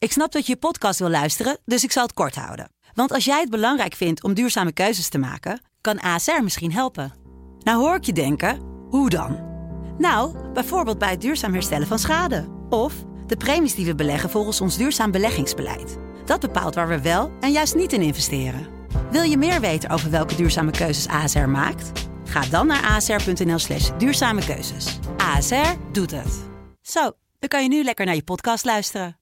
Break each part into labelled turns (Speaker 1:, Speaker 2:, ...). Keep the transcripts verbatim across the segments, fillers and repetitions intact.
Speaker 1: Ik snap dat je je podcast wil luisteren, dus ik zal het kort houden. Want als jij het belangrijk vindt om duurzame keuzes te maken, kan A S R misschien helpen. Nou hoor ik je denken, hoe dan? Nou, bijvoorbeeld bij het duurzaam herstellen van schade. Of de premies die we beleggen volgens ons duurzaam beleggingsbeleid. Dat bepaalt waar we wel en juist niet in investeren. Wil je meer weten over welke duurzame keuzes A S R maakt? Ga dan naar asr.nl slash duurzame keuzes. A S R doet het. Zo, dan kan je nu lekker naar je podcast luisteren.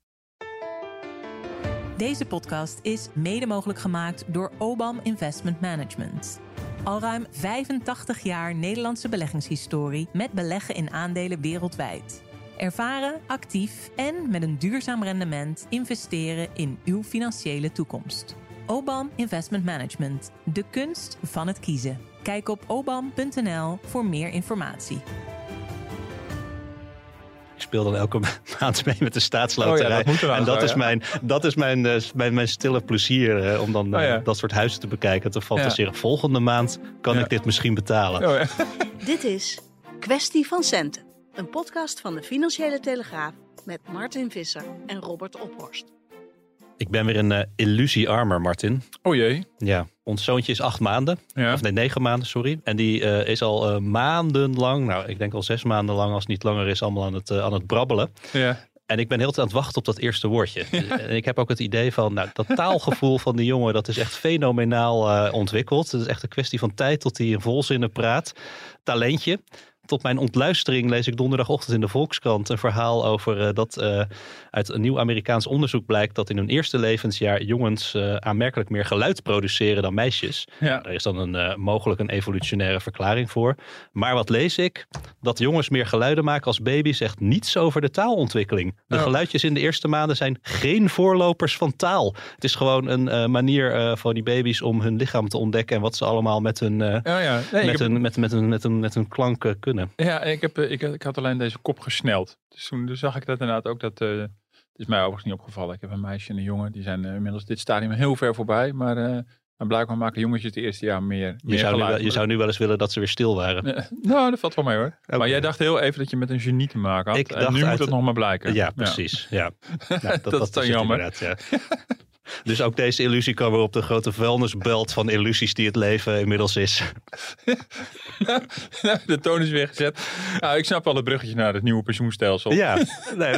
Speaker 2: Deze podcast is mede mogelijk gemaakt door OBAM Investment Management. Al ruim vijfentachtig jaar Nederlandse beleggingshistorie met beleggen in aandelen wereldwijd. Ervaren, actief en met een duurzaam rendement investeren in uw financiële toekomst. OBAM Investment Management, de kunst van het kiezen. Kijk op obam punt n l voor meer informatie.
Speaker 3: Ik speel dan elke maand mee met de staatsloterij.
Speaker 4: Oh ja, dat moet er
Speaker 3: en dat
Speaker 4: gaan,
Speaker 3: is,
Speaker 4: ja.
Speaker 3: mijn, dat is mijn, uh, mijn, mijn stille plezier uh, om dan uh,
Speaker 4: oh ja.
Speaker 3: dat soort huizen te bekijken. Te fantaseren. Ja. Volgende maand kan ja. ik dit misschien betalen.
Speaker 4: Oh ja.
Speaker 5: Dit is Kwestie van Centen. Een podcast van de Financiële Telegraaf met Martin Visser en Robert Ophorst.
Speaker 3: Ik ben weer een uh, illusiearmer, Martin.
Speaker 4: O jee.
Speaker 3: Ja, ons zoontje is acht maanden.
Speaker 4: Ja.
Speaker 3: Of nee, negen maanden, sorry. En die uh, is al uh, maandenlang, nou ik denk al zes maanden lang als het niet langer is, allemaal aan het, uh, aan het brabbelen.
Speaker 4: Ja.
Speaker 3: En ik ben heel tijd aan het wachten op dat eerste woordje. Ja. En ik heb ook het idee van, nou, dat taalgevoel van die jongen, dat is echt fenomenaal uh, ontwikkeld. Het is echt een kwestie van tijd tot hij in volzinnen praat. Talentje. Tot mijn ontluistering lees ik donderdagochtend in de Volkskrant een verhaal over uh, dat uh, uit een nieuw Amerikaans onderzoek blijkt dat in hun eerste levensjaar jongens uh, aanmerkelijk meer geluid produceren dan meisjes.
Speaker 4: Ja.
Speaker 3: Er is dan een, uh, mogelijk een evolutionaire verklaring voor. Maar wat lees ik? Dat jongens meer geluiden maken als baby zegt niets over de taalontwikkeling. De
Speaker 4: oh. geluidjes
Speaker 3: in de eerste maanden zijn geen voorlopers van taal. Het is gewoon een uh, manier uh, voor die baby's om hun lichaam te ontdekken en wat ze allemaal met hun, uh, oh ja. nee, met, hun, heb... met, met, hun, met, hun, met hun klank uh, kunnen.
Speaker 4: Ja, ik, heb, ik, ik had alleen deze kop gesneld. Dus toen dus zag ik dat inderdaad ook. Dat uh, het is mij overigens niet opgevallen. Ik heb een meisje en een jongen. Die zijn uh, inmiddels dit stadium heel ver voorbij. Maar uh, blijkbaar maken jongetjes het eerste jaar meer, meer
Speaker 3: je, zou
Speaker 4: geluid.
Speaker 3: nu wel, je zou nu wel eens willen dat ze weer stil waren.
Speaker 4: Uh, nou, dat valt wel mee hoor. Okay. Maar jij dacht heel even dat je met een genie te maken had.
Speaker 3: Ik
Speaker 4: en nu moet het nog maar blijken.
Speaker 3: Ja, precies. Ja. Ja. Nou, dat,
Speaker 4: dat is dan jammer.
Speaker 3: Ja. Dus ook deze illusie kan weer op de grote vuilnisbelt van illusies die het leven inmiddels is.
Speaker 4: De toon is weer gezet. Nou, ik snap wel het bruggetje naar het nieuwe pensioenstelsel.
Speaker 3: Ja, nee,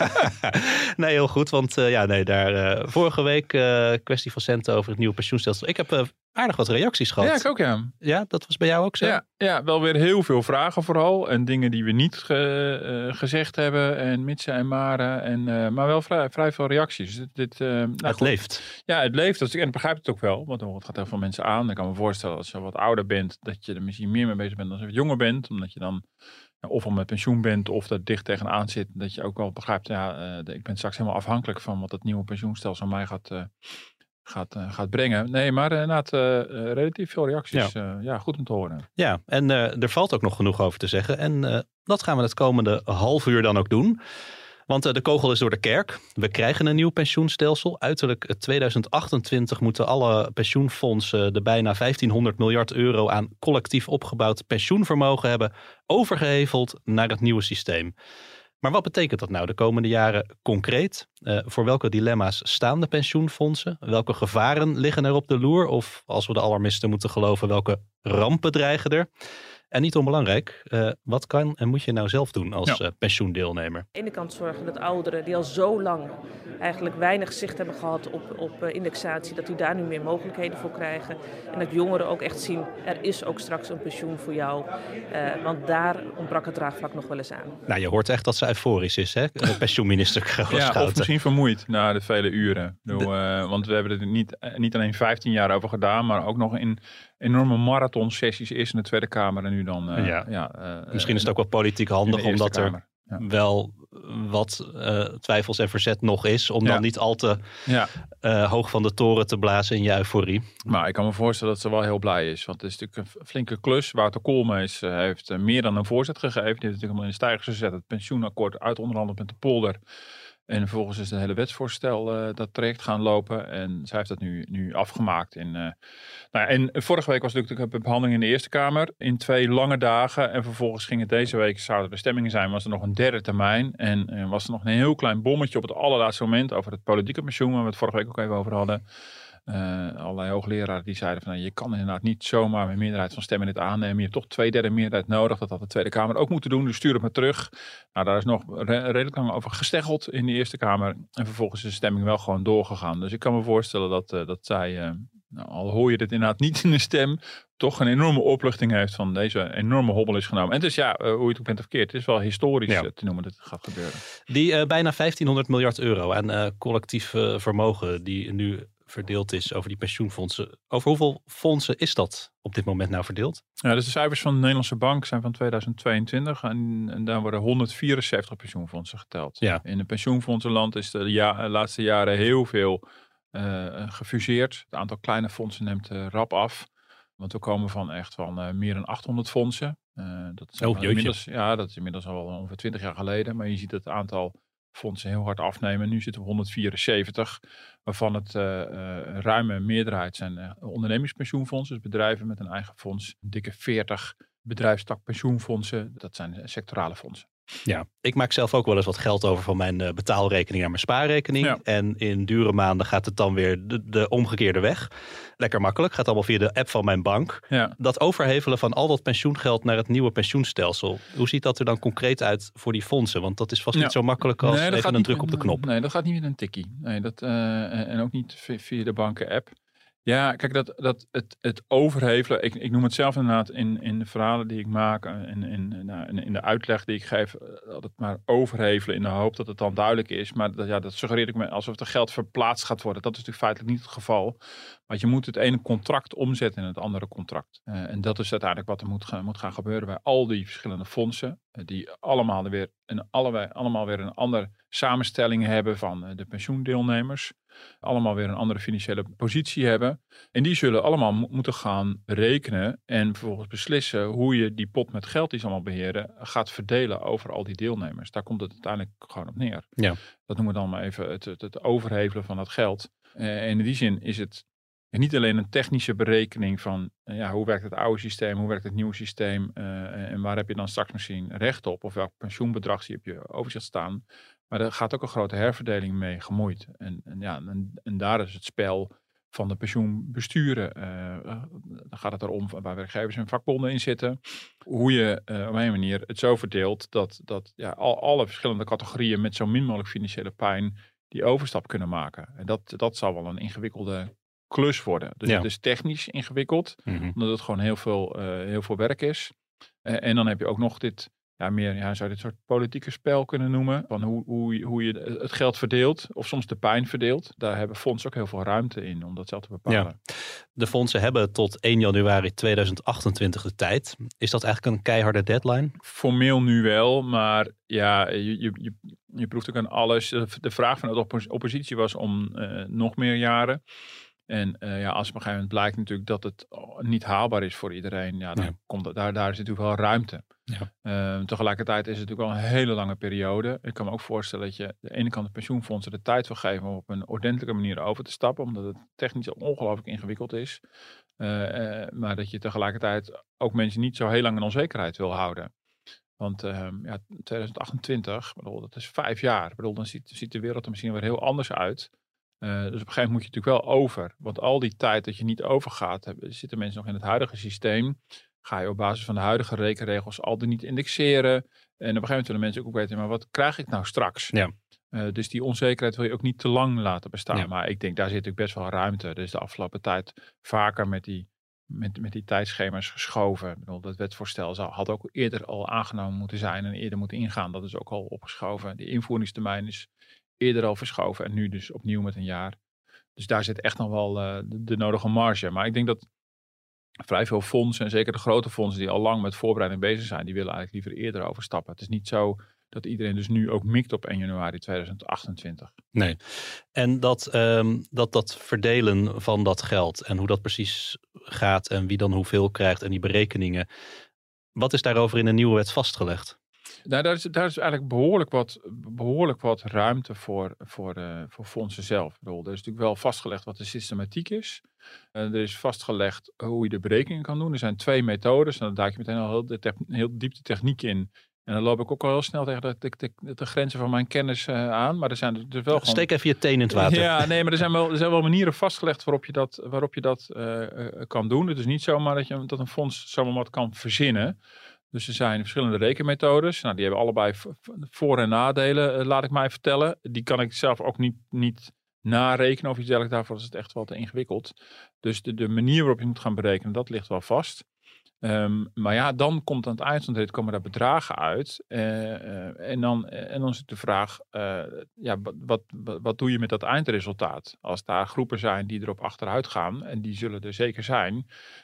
Speaker 3: nee heel goed. Want uh, ja, nee, daar uh, vorige week uh, kwestie van centen over het nieuwe pensioenstelsel. Ik heb uh, aardig wat reacties gehad.
Speaker 4: Ja, ik ook ja.
Speaker 3: Ja, dat was bij jou ook zo?
Speaker 4: Ja, ja wel weer heel veel vragen vooral. En dingen die we niet ge, uh, gezegd hebben. En mitsen en maren. En, uh, maar wel vrij, vrij veel reacties. Dit, dit, uh, nou,
Speaker 3: het
Speaker 4: goed.
Speaker 3: leeft.
Speaker 4: Ja, het leeft. En ik begrijp het ook wel. Want het gaat heel veel mensen aan. Ik kan me voorstellen als je wat ouder bent. Dat je er misschien meer mee bezig bent dan als je jonger bent. Omdat je dan ja, of al met pensioen bent. Of dat dicht tegenaan zit. Dat je ook wel begrijpt. Ja, uh, ik ben straks helemaal afhankelijk van wat het nieuwe pensioenstelsel mij gaat... Uh, Gaat, uh, gaat brengen. Nee, maar inderdaad uh, uh, relatief veel reacties. Ja. Uh, ja, goed om te horen.
Speaker 3: Ja, en uh, er valt ook nog genoeg over te zeggen. En uh, dat gaan we het komende half uur dan ook doen. Want uh, de kogel is door de kerk. We krijgen een nieuw pensioenstelsel. Uiterlijk tweeduizend achtentwintig moeten alle pensioenfondsen de bijna vijftienhonderd miljard euro aan collectief opgebouwd pensioenvermogen hebben overgeheveld naar het nieuwe systeem. Maar wat betekent dat nou de komende jaren concreet? Uh, voor welke dilemma's staan de pensioenfondsen? Welke gevaren liggen er op de loer? Of als we de alarmisten moeten geloven, welke rampen dreigen er? En niet onbelangrijk, uh, wat kan en moet je nou zelf doen als ja. uh, pensioendeelnemer?
Speaker 6: Aan de ene kant zorgen dat ouderen die al zo lang eigenlijk weinig zicht hebben gehad op, op uh, indexatie, dat die daar nu meer mogelijkheden voor krijgen. En dat jongeren ook echt zien, er is ook straks een pensioen voor jou. Uh, want daar ontbrak het draagvlak nog wel eens aan.
Speaker 3: Nou, je hoort echt dat ze euforisch is, hè? De pensioenminister Schouten.
Speaker 4: Ja, of misschien vermoeid na de vele uren. Bedoel, de... uh, want we hebben er niet, niet alleen vijftien jaar over gedaan, maar ook nog in enorme marathonsessies eerst in de Tweede Kamer en nu dan... Uh,
Speaker 3: ja.
Speaker 4: Ja, uh,
Speaker 3: misschien is het ook wel politiek handig, omdat
Speaker 4: Kamer.
Speaker 3: er
Speaker 4: ja.
Speaker 3: wel wat uh, twijfels en verzet nog is. Om ja. dan niet al te
Speaker 4: ja.
Speaker 3: uh, hoog van de toren te blazen in je euforie.
Speaker 4: Maar ik kan me voorstellen dat ze wel heel blij is. Want het is natuurlijk een flinke klus. Wouter Koolmees uh, heeft uh, meer dan een voorzet gegeven. Die heeft natuurlijk helemaal in de stijgers gezet. Het pensioenakkoord uit onderhandeld met de polder. En vervolgens is het hele wetsvoorstel uh, dat traject gaan lopen. En zij heeft dat nu, nu afgemaakt. En, uh, nou ja, en vorige week was natuurlijk een behandeling in de Eerste Kamer. In twee lange dagen. En vervolgens ging het deze week, zouden er stemmingen zijn, was er nog een derde termijn. En, en was er nog een heel klein bommetje op het allerlaatste moment over het politieke pensioen, waar we het vorige week ook even over hadden. Uh, allerlei hoogleraren die zeiden van nou, je kan inderdaad niet zomaar met meerderheid van stemmen dit aannemen. Je hebt toch twee derde meerderheid nodig. Dat had de Tweede Kamer ook moeten doen. Dus stuur het maar terug. Nou, daar is nog re- redelijk lang over gesteggeld in de Eerste Kamer. En vervolgens is de stemming wel gewoon doorgegaan. Dus ik kan me voorstellen dat, uh, dat zij, uh, nou, al hoor je dit inderdaad niet in de stem, toch een enorme opluchting heeft van deze enorme hobbel is genomen. En dus ja, uh, hoe je het ook bent of keert, het is wel historisch ja. uh, te noemen dat het gaat gebeuren.
Speaker 3: Die uh, bijna vijftienhonderd miljard euro aan uh, collectief uh, vermogen die nu verdeeld is over die pensioenfondsen. Over hoeveel fondsen is dat op dit moment nou verdeeld?
Speaker 4: Ja, dus de cijfers van de Nederlandse Bank zijn van tweeduizend tweeëntwintig en, en daar worden honderdvierenzeventig pensioenfondsen geteld. Ja. In het pensioenfondsenland is de ja, laatste jaren heel veel uh, gefuseerd. Het aantal kleine fondsen neemt uh, rap af. Want we komen van echt van uh, meer dan achthonderd fondsen. Uh, dat is
Speaker 3: oh,
Speaker 4: inmiddels, ja, dat is inmiddels al ongeveer twintig jaar geleden. Maar je ziet het aantal fondsen heel hard afnemen. Nu zitten we honderdvierenzeventig, waarvan het uh, uh, ruime meerderheid zijn uh, ondernemingspensioenfondsen, dus bedrijven met een eigen fonds. Een dikke veertig bedrijfstakpensioenfondsen, dat zijn sectorale fondsen.
Speaker 3: Ja, ik maak zelf ook wel eens wat geld over van mijn uh, betaalrekening naar mijn spaarrekening. Ja. En in dure maanden gaat het dan weer de, de omgekeerde weg. Lekker makkelijk, gaat allemaal via de app van mijn bank. Ja. Dat overhevelen van al dat pensioengeld naar het nieuwe pensioenstelsel. Hoe ziet dat er dan concreet uit voor die fondsen? Want dat is vast ja. niet zo makkelijk als nee, even een niet, druk op de knop.
Speaker 4: Nee, dat gaat niet met een tikkie. Nee, dat, uh, en ook niet via de banken-app. Ja, kijk, dat, dat, het, het overhevelen, ik, ik noem het zelf inderdaad in, in de verhalen die ik maak en in, in, in de uitleg die ik geef, dat het maar overhevelen in de hoop dat het dan duidelijk is. Maar dat, ja, dat suggereer ik me alsof er geld verplaatst gaat worden. Dat is natuurlijk feitelijk niet het geval. Want je moet het ene contract omzetten in het andere contract. Uh, en dat is uiteindelijk wat er moet gaan, moet gaan gebeuren bij al die verschillende fondsen. Uh, die allemaal weer, en allebei, allemaal weer een andere samenstelling hebben van uh, de pensioendeelnemers. Allemaal weer een andere financiële positie hebben. En die zullen allemaal mo- moeten gaan berekenen en vervolgens beslissen hoe je die pot met geld die ze allemaal beheren gaat verdelen over al die deelnemers. Daar komt het uiteindelijk gewoon op neer. Ja. Dat noemen we dan maar even het, het, het overhevelen van dat geld. Uh, en in die zin is het niet alleen een technische berekening van uh, ja, hoe werkt het oude systeem, hoe werkt het nieuwe systeem uh, en waar heb je dan straks misschien recht op of welk pensioenbedrag zie je op je overzicht staan. Maar er gaat ook een grote herverdeling mee gemoeid. En, en, ja, en, en daar is het spel van de pensioenbesturen. Uh, dan gaat het erom waar werkgevers en vakbonden in zitten. Hoe je uh, op een manier het zo verdeelt dat, dat ja, al, alle verschillende categorieën met zo min mogelijk financiële pijn die overstap kunnen maken. En dat, dat zal wel een ingewikkelde klus worden. Dus ja. Het is technisch ingewikkeld, mm-hmm. omdat het gewoon heel veel, uh, heel veel werk is. Uh, en dan heb je ook nog dit, ja, meer, ja, zou je dit soort politieke spel kunnen noemen, van hoe, hoe, hoe je het geld verdeelt, of soms de pijn verdeelt. Daar hebben fondsen ook heel veel ruimte in om dat zelf te bepalen. Ja.
Speaker 3: De fondsen hebben tot één januari tweeduizend achtentwintig de tijd. Is dat eigenlijk een keiharde deadline?
Speaker 4: Formeel nu wel, maar ja, je, je, je, je proeft ook aan alles. De vraag van de oppos- oppositie was om uh, nog meer jaren. En uh, ja, als op een gegeven moment blijkt natuurlijk dat het niet haalbaar is voor iedereen, ja, dan ja. komt het, daar, daar is natuurlijk wel ruimte. Ja. Uh, tegelijkertijd is het natuurlijk wel een hele lange periode. Ik kan me ook voorstellen dat je aan de ene kant de pensioenfondsen de tijd wil geven om op een ordentelijke manier over te stappen, omdat het technisch ongelooflijk ingewikkeld is. Uh, uh, maar dat je tegelijkertijd ook mensen niet zo heel lang in onzekerheid wil houden. Want uh, ja, tweeduizend achtentwintig, bedoel, dat is vijf jaar. Bedoel, dan ziet, ziet de wereld er misschien weer heel anders uit. Uh, dus op een gegeven moment moet je natuurlijk wel over. Want al die tijd dat je niet overgaat, hebben, zitten mensen nog in het huidige systeem. Ga je op basis van de huidige rekenregels al dan niet indexeren. En op een gegeven moment willen mensen ook weten, maar wat krijg ik nou straks? Ja. Uh, dus die onzekerheid wil je ook niet te lang laten bestaan. Ja. Maar ik denk, daar zit natuurlijk best wel ruimte. Er is de afgelopen tijd vaker met die, met, met die tijdschema's geschoven. Ik bedoel, dat wetsvoorstel had ook eerder al aangenomen moeten zijn en eerder moeten ingaan. Dat is ook al opgeschoven. De invoeringstermijn is eerder al verschoven en nu dus opnieuw met een jaar. Dus daar zit echt nog wel uh, de, de nodige marge. Maar ik denk dat vrij veel fondsen, en zeker de grote fondsen die al lang met voorbereiding bezig zijn, die willen eigenlijk liever eerder overstappen. Het is niet zo dat iedereen dus nu ook mikt op één januari tweeduizend achtentwintig.
Speaker 3: Nee. En dat, um, dat, dat verdelen van dat geld en hoe dat precies gaat en wie dan hoeveel krijgt en die berekeningen. Wat is daarover in de nieuwe wet vastgelegd?
Speaker 4: Nou, daar is, daar is eigenlijk behoorlijk wat, behoorlijk wat ruimte voor, voor, uh, voor fondsen zelf. Ik bedoel, er is natuurlijk wel vastgelegd wat de systematiek is. Uh, er is vastgelegd hoe je de berekeningen kan doen. Er zijn twee methodes. En dan duik je meteen al heel, de te, heel diep de techniek in. En dan loop ik ook al heel snel tegen de, de, de, de grenzen van mijn kennis uh, aan. Maar er zijn er dus wel gewoon...
Speaker 3: Steek even je teen in het water.
Speaker 4: Ja, nee, maar er zijn wel, er zijn wel manieren vastgelegd waarop je dat, waarop je dat uh, uh, kan doen. Het is niet zomaar dat, je, dat een fonds zomaar wat kan verzinnen. Dus er zijn verschillende rekenmethodes. Nou, die hebben allebei voor- en nadelen, uh, laat ik mij vertellen. Die kan ik zelf ook niet, niet narekenen of iets dergelijks. Daarvoor is het echt wel te ingewikkeld. Dus de, de manier waarop je moet gaan berekenen, dat ligt wel vast. Um, maar ja, dan komt aan het eind van de rit komen daar bedragen uit. Uh, uh, en, dan, uh, en dan is de vraag, uh, ja, wat, wat, wat doe je met dat eindresultaat? Als daar groepen zijn die erop achteruit gaan, en die zullen er zeker zijn,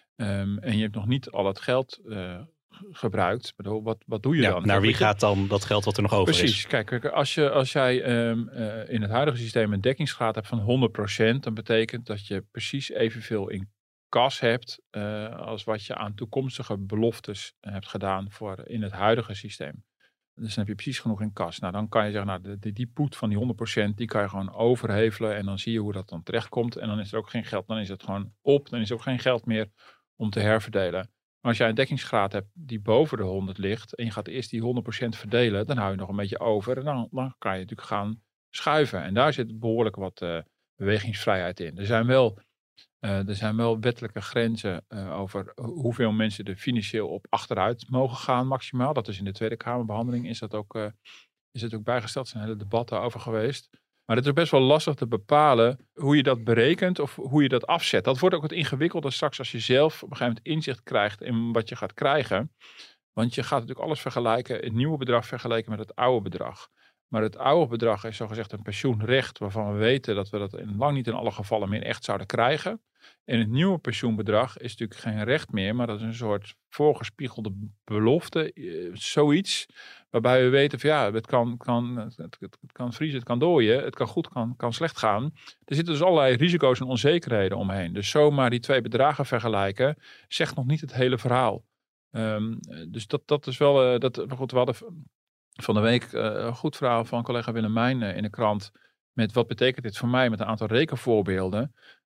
Speaker 4: um, en je hebt nog niet al het geld uh, gebruikt, bedoel, wat, wat doe je
Speaker 3: ja,
Speaker 4: dan?
Speaker 3: Naar wie gaat dan dat geld wat er nog over
Speaker 4: Precies,
Speaker 3: is?
Speaker 4: Precies, kijk, als, je, als jij um, uh, in het huidige systeem een dekkingsgraad hebt van honderd procent, dan betekent dat je precies evenveel in kas hebt uh, als wat je aan toekomstige beloftes uh, hebt gedaan voor in het huidige systeem. Dus dan heb je precies genoeg in kas. Nou, dan kan je zeggen, nou, de, de, die poet van die honderd procent, die kan je gewoon overhevelen en dan zie je hoe dat dan terechtkomt. En dan is er ook geen geld, dan is het gewoon op, dan is er ook geen geld meer om te herverdelen. Maar als jij een dekkingsgraad hebt die boven de honderd ligt en je gaat eerst die honderd procent verdelen, dan hou je nog een beetje over en dan, dan kan je natuurlijk gaan schuiven. En daar zit behoorlijk wat uh, bewegingsvrijheid in. Er zijn wel Uh, er zijn wel wettelijke grenzen uh, over hoeveel mensen er financieel op achteruit mogen gaan maximaal. Dat is in de Tweede Kamerbehandeling is dat ook, uh, is het ook bijgesteld. Er zijn hele debatten over geweest. Maar het is best wel lastig te bepalen hoe je dat berekent of hoe je dat afzet. Dat wordt ook wat ingewikkelder straks als je zelf op een gegeven moment inzicht krijgt in wat je gaat krijgen. Want je gaat natuurlijk alles vergelijken, het nieuwe bedrag vergelijken met het oude bedrag. Maar het oude bedrag is zogezegd een pensioenrecht waarvan we weten dat we dat in lang niet in alle gevallen meer echt zouden krijgen. En het nieuwe pensioenbedrag is natuurlijk geen recht meer, maar dat is een soort voorgespiegelde belofte. Uh, zoiets waarbij we weten van ja, het kan, kan, het, het, het kan vriezen, het kan dooien, het kan goed, kan, kan slecht gaan. Er zitten dus allerlei risico's en onzekerheden omheen. Dus zomaar die twee bedragen vergelijken zegt nog niet het hele verhaal. Um, dus dat, dat is wel, uh, dat, goed, we hadden van de week uh, een goed verhaal van collega Willemijn uh, in de krant met wat betekent dit voor mij met een aantal rekenvoorbeelden.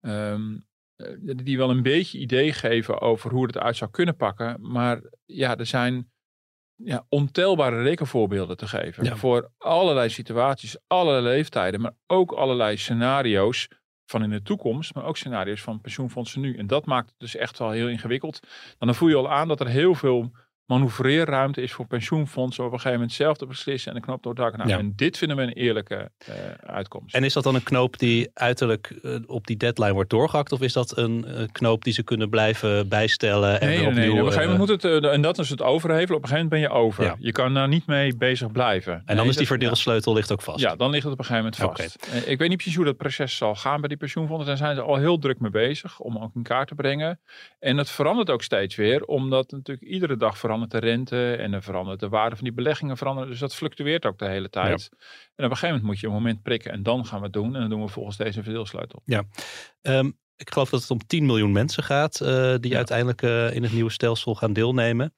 Speaker 4: Um, die wel een beetje idee geven over hoe het eruit zou kunnen pakken. Maar ja, er zijn ja, ontelbare rekenvoorbeelden te geven. Ja. Voor allerlei situaties, allerlei leeftijden, maar ook allerlei scenario's van in de toekomst, maar ook scenario's van pensioenfondsen nu. En dat maakt het dus echt wel heel ingewikkeld. Dan voel je al aan dat er heel veel manoeuvreerruimte is voor pensioenfondsen op een gegeven moment zelf te beslissen en de knoop doortakken. Nou, ja. En dit vinden we een eerlijke uh, uitkomst.
Speaker 3: En is dat dan een knoop die uiterlijk uh, op die deadline wordt doorgehakt? Of is dat een uh, knoop die ze kunnen blijven bijstellen? En
Speaker 4: nee, nee,
Speaker 3: opnieuw,
Speaker 4: nee. Op een gegeven moment
Speaker 3: uh,
Speaker 4: moet het, uh, en dat is het overhevelen, op een gegeven moment ben je over. Ja. Je kan daar niet mee bezig blijven.
Speaker 3: En dan
Speaker 4: nee,
Speaker 3: is die verdeelsleutel ja. ligt ook vast?
Speaker 4: Ja, dan ligt het op een gegeven moment vast. Okay. Uh, ik weet niet precies hoe dat proces zal gaan bij die pensioenfondsen. Daar zijn ze al heel druk mee bezig om ook in kaart te brengen. En het verandert ook steeds weer, omdat natuurlijk iedere dag verandert de rente en dan verandert de waarde van die beleggingen veranderen. Dus dat fluctueert ook de hele tijd. Ja. En op een gegeven moment moet je een moment prikken en dan gaan we het doen. En dan doen we volgens deze verdeelsleutel.
Speaker 3: Ja, um, ik geloof dat het om tien miljoen mensen gaat uh, die ja. uiteindelijk uh, in het nieuwe stelsel gaan deelnemen.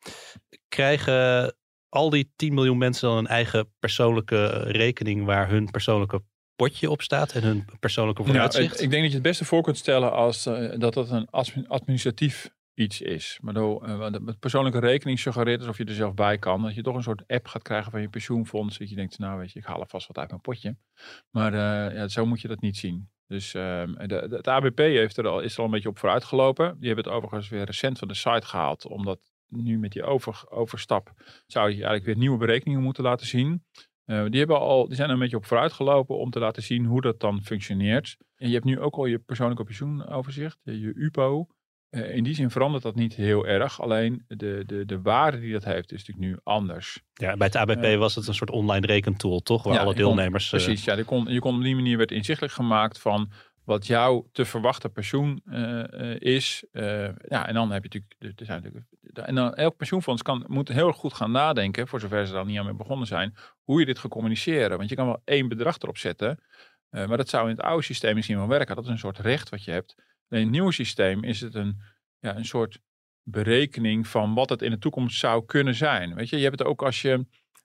Speaker 3: Krijgen al die tien miljoen mensen dan een eigen persoonlijke rekening waar hun persoonlijke potje op staat en hun persoonlijke vooruitzicht?
Speaker 4: Ja, ik, ik denk dat je het beste voor kunt stellen als uh, dat dat een administratief iets is. Maar uh, met persoonlijke rekening suggereert alsof je er zelf bij kan. Dat je toch een soort app gaat krijgen van je pensioenfonds. Dat je denkt, nou weet je, ik haal er vast wat uit mijn potje. Maar uh, ja, zo moet je dat niet zien. Dus uh, de, de, het A B P heeft er al, is er al een beetje op vooruit gelopen. Die hebben het overigens weer recent van de site gehaald. Omdat nu met die over, overstap zou je eigenlijk weer nieuwe berekeningen moeten laten zien. Uh, die, hebben al, die zijn er een beetje op vooruit gelopen om te laten zien hoe dat dan functioneert. En je hebt nu ook al je persoonlijke pensioenoverzicht, je U P O. Uh, in die zin verandert dat niet heel erg. Alleen de, de, de waarde die dat heeft is natuurlijk nu anders.
Speaker 3: Ja, bij het A B P uh, was het een soort online rekentool, toch? Waar ja, alle deelnemers...
Speaker 4: Kon, precies, ja. Je kon, je kon op die manier werd inzichtelijk gemaakt van wat jouw te verwachten pensioen uh, uh, is. Uh, ja, en dan heb je natuurlijk... Er zijn natuurlijk en dan elk pensioenfonds kan, moet heel erg goed gaan nadenken, voor zover ze daar niet aan mee begonnen zijn, hoe je dit gaat communiceren. Want je kan wel één bedrag erop zetten, uh, maar dat zou in het oude systeem misschien wel werken. Dat is een soort recht wat je hebt. In het nieuwe systeem is het een, ja, een soort berekening van wat het in de toekomst zou kunnen zijn. Weet je, je hebt het ook als je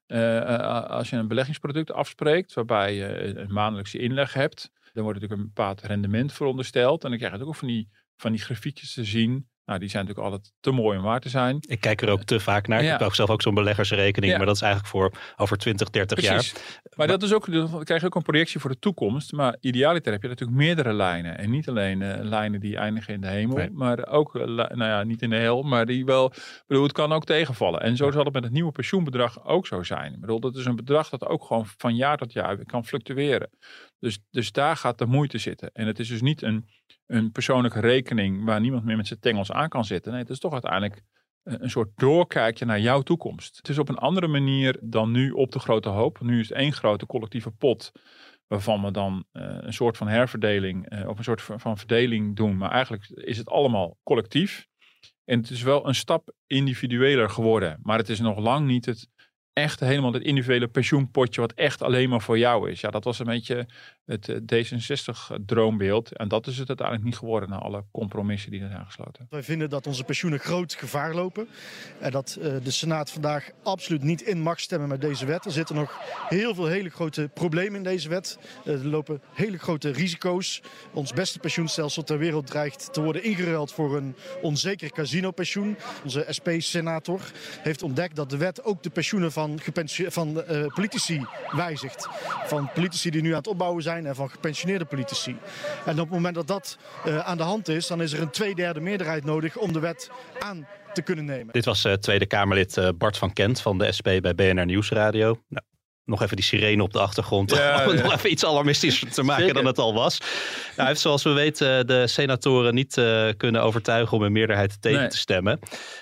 Speaker 4: Uh, als je een beleggingsproduct afspreekt, waarbij je een maandelijkse inleg hebt, dan wordt natuurlijk een bepaald rendement verondersteld. En dan krijg je ook van die, van die grafiekjes te zien. Nou, die zijn natuurlijk altijd te mooi om waar te zijn.
Speaker 3: Ik kijk er ook te vaak naar.
Speaker 4: Ja.
Speaker 3: Ik heb ook zelf ook zo'n beleggersrekening.
Speaker 4: Ja.
Speaker 3: Maar dat is eigenlijk voor over twintig, dertig
Speaker 4: Precies.
Speaker 3: jaar.
Speaker 4: Maar, maar dat is ook, dan krijg je ook een projectie voor de toekomst. Maar idealiter heb je natuurlijk meerdere lijnen. En niet alleen uh, lijnen die eindigen in de hemel. Nee. Maar ook, uh, nou ja, niet in de hel. Maar die wel, bedoel, het kan ook tegenvallen. En zo ja. zal het met het nieuwe pensioenbedrag ook zo zijn. Ik bedoel, dat is een bedrag dat ook gewoon van jaar tot jaar kan fluctueren. Dus, dus daar gaat de moeite zitten. En het is dus niet een, een persoonlijke rekening waar niemand meer met zijn tengels aan kan zitten. Nee, het is toch uiteindelijk een soort doorkijkje naar jouw toekomst. Het is op een andere manier dan nu op de grote hoop. Nu is het één grote collectieve pot waarvan we dan uh, een soort van herverdeling uh, of een soort van verdeling doen. Maar eigenlijk is het allemaal collectief. En het is wel een stap individueler geworden. Maar het is nog lang niet het echt helemaal het individuele pensioenpotje wat echt alleen maar voor jou is. Ja, dat was een beetje het D zesenzestig-droombeeld. En dat is het uiteindelijk niet geworden na alle compromissen die er zijn gesloten.
Speaker 7: Wij vinden dat onze pensioenen groot gevaar lopen. En dat uh, de Senaat vandaag absoluut niet in mag stemmen met deze wet. Er zitten nog heel veel hele grote problemen in deze wet. Uh, er lopen hele grote risico's. Ons beste pensioenstelsel ter wereld dreigt te worden ingeruild voor een onzeker casinopensioen. Onze S P-senator heeft ontdekt dat de wet ook de pensioenen van, van uh, politici wijzigt. Van politici die nu aan het opbouwen zijn en van gepensioneerde politici. En op het moment dat dat uh, aan de hand is, dan is er een tweederde meerderheid nodig om de wet aan te kunnen nemen.
Speaker 3: Dit was uh, Tweede Kamerlid uh, Bart van Kent van de S P bij B N R Nieuwsradio. Nou, nog even die sirene op de achtergrond.
Speaker 4: Ja,
Speaker 3: om
Speaker 4: ja.
Speaker 3: nog even iets alarmistischer te maken Zeker. Dan het al was. Nou, hij heeft zoals we weten de senatoren niet uh, kunnen overtuigen om een meerderheid tegen nee. te stemmen.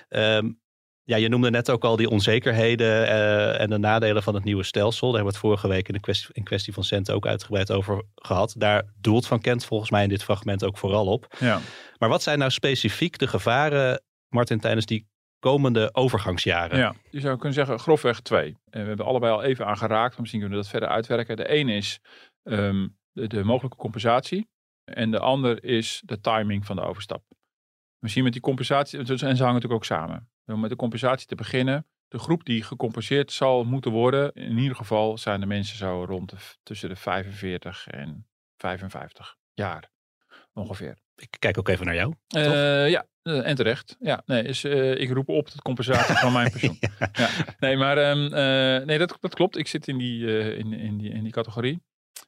Speaker 3: Um, Ja, je noemde net ook al die onzekerheden uh, en de nadelen van het nieuwe stelsel. Daar hebben we het vorige week in de kwestie, in kwestie van centen ook uitgebreid over gehad. Daar doelt Van Kent volgens mij in dit fragment ook vooral op.
Speaker 4: Ja.
Speaker 3: Maar wat zijn nou specifiek de gevaren, Martin, tijdens die komende overgangsjaren?
Speaker 4: Ja, je zou kunnen zeggen grofweg twee. En we hebben allebei al even aangeraakt. Misschien kunnen we dat verder uitwerken. De ene is um, de, de mogelijke compensatie. En de ander is de timing van de overstap. Misschien met die compensatie, en ze hangen natuurlijk ook samen. Om met de compensatie te beginnen. De groep die gecompenseerd zal moeten worden, in ieder geval zijn de mensen zo rond de, tussen de vijfenveertig en vijfenvijftig jaar ongeveer.
Speaker 3: Ik kijk ook even naar jou.
Speaker 4: Uh, ja, en terecht. Ja, nee, is, uh, ik roep op de compensatie van mijn pensioen. ja. Ja. Nee, maar um, uh, nee, dat, dat klopt. Ik zit in die, uh, in, in die, in die categorie.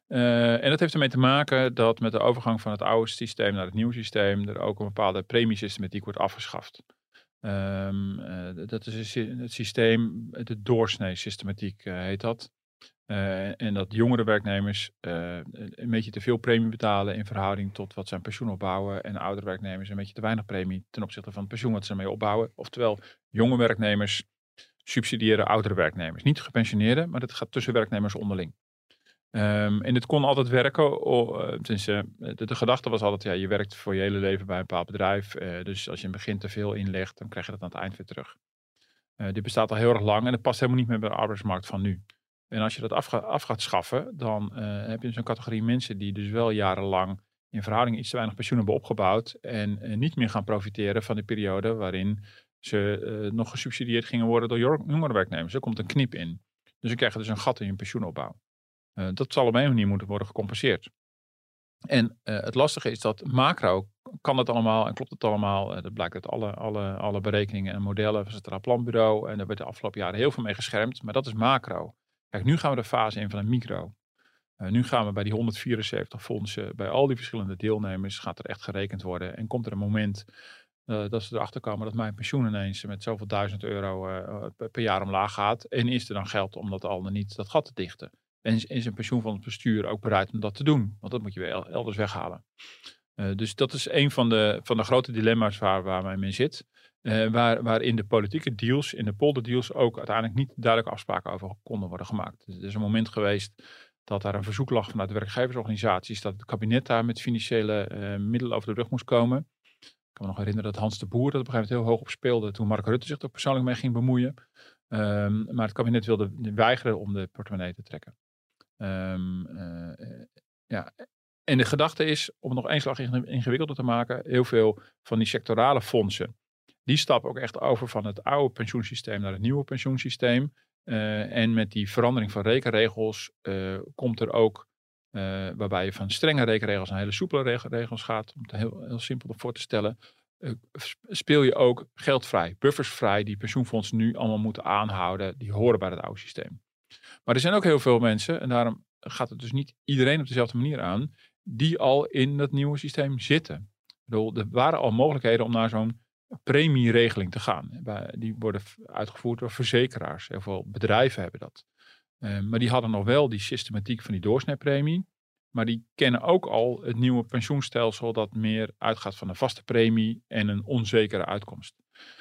Speaker 4: Uh, en dat heeft ermee te maken dat met de overgang van het oude systeem naar het nieuwe systeem er ook een bepaalde premiesystematiek wordt afgeschaft. Um, uh, dat is het systeem, de doorsnee-systematiek uh, heet dat. Uh, en dat jongere werknemers uh, een beetje te veel premie betalen in verhouding tot wat ze aan pensioen opbouwen. En oudere werknemers een beetje te weinig premie ten opzichte van het pensioen wat ze ermee opbouwen. Oftewel, jonge werknemers subsidiëren oudere werknemers. Niet gepensioneerden, maar dat gaat tussen werknemers onderling. Um, en dit kon altijd werken. Oh, uh, tenminste, de, de gedachte was altijd, ja, je werkt voor je hele leven bij een bepaald bedrijf. Uh, dus als je in het begin te veel inlegt, dan krijg je dat aan het eind weer terug. Uh, dit bestaat al heel erg lang en het past helemaal niet meer bij de arbeidsmarkt van nu. En als je dat af, ga, af gaat schaffen, dan uh, heb je dus een categorie mensen die dus wel jarenlang in verhouding iets te weinig pensioen hebben opgebouwd. En uh, niet meer gaan profiteren van die periode waarin ze uh, nog gesubsidieerd gingen worden door jongere werknemers. Er komt een knip in. Dus dan krijg je dus een gat in je pensioenopbouw. Uh, dat zal op een manier moeten worden gecompenseerd. En uh, het lastige is dat macro kan het allemaal en klopt het allemaal. Uh, dat blijkt uit alle, alle, alle berekeningen en modellen van het Centraal Planbureau. En daar werd de afgelopen jaren heel veel mee geschermd. Maar dat is macro. Kijk, nu gaan we de fase in van een micro. Uh, nu gaan we bij die honderdvierenzeventig fondsen, bij al die verschillende deelnemers, gaat er echt gerekend worden. En komt er een moment uh, dat ze erachter komen dat mijn pensioen ineens met zoveel duizend euro uh, per jaar omlaag gaat. En is er dan geld om dat al dan niet dat gat te dichten? En is een pensioen van het bestuur ook bereid om dat te doen? Want dat moet je weer elders weghalen. Uh, dus dat is een van de, van de grote dilemma's waar, waar men in zit. Uh, waar, waarin de politieke deals, in de polderdeals ook uiteindelijk niet duidelijke afspraken over konden worden gemaakt. Dus er is een moment geweest dat daar een verzoek lag vanuit de werkgeversorganisaties dat het kabinet daar met financiële uh, middelen over de rug moest komen. Ik kan me nog herinneren dat Hans de Boer dat op een gegeven moment heel hoog op speelde toen Mark Rutte zich er persoonlijk mee ging bemoeien. Um, maar het kabinet wilde weigeren om de portemonnee te trekken. Um, uh, ja. En de gedachte is, om het nog één slag ingewikkelder te maken, heel veel van die sectorale fondsen, die stappen ook echt over van het oude pensioensysteem naar het nieuwe pensioensysteem. Uh, en met die verandering van rekenregels uh, komt er ook, uh, waarbij je van strenge rekenregels naar hele soepele rekenregels gaat, om het heel, heel simpel voor te stellen, uh, speel je ook geldvrij, buffersvrij, die pensioenfondsen nu allemaal moeten aanhouden, die horen bij het oude systeem. Maar er zijn ook heel veel mensen, en daarom gaat het dus niet iedereen op dezelfde manier aan, die al in dat nieuwe systeem zitten. Ik bedoel, er waren al mogelijkheden om naar zo'n premieregeling te gaan. Die worden uitgevoerd door verzekeraars. Heel veel bedrijven hebben dat. Uh, maar die hadden nog wel die systematiek van die doorsnijpremie. Maar die kennen ook al het nieuwe pensioenstelsel dat meer uitgaat van een vaste premie en een onzekere uitkomst.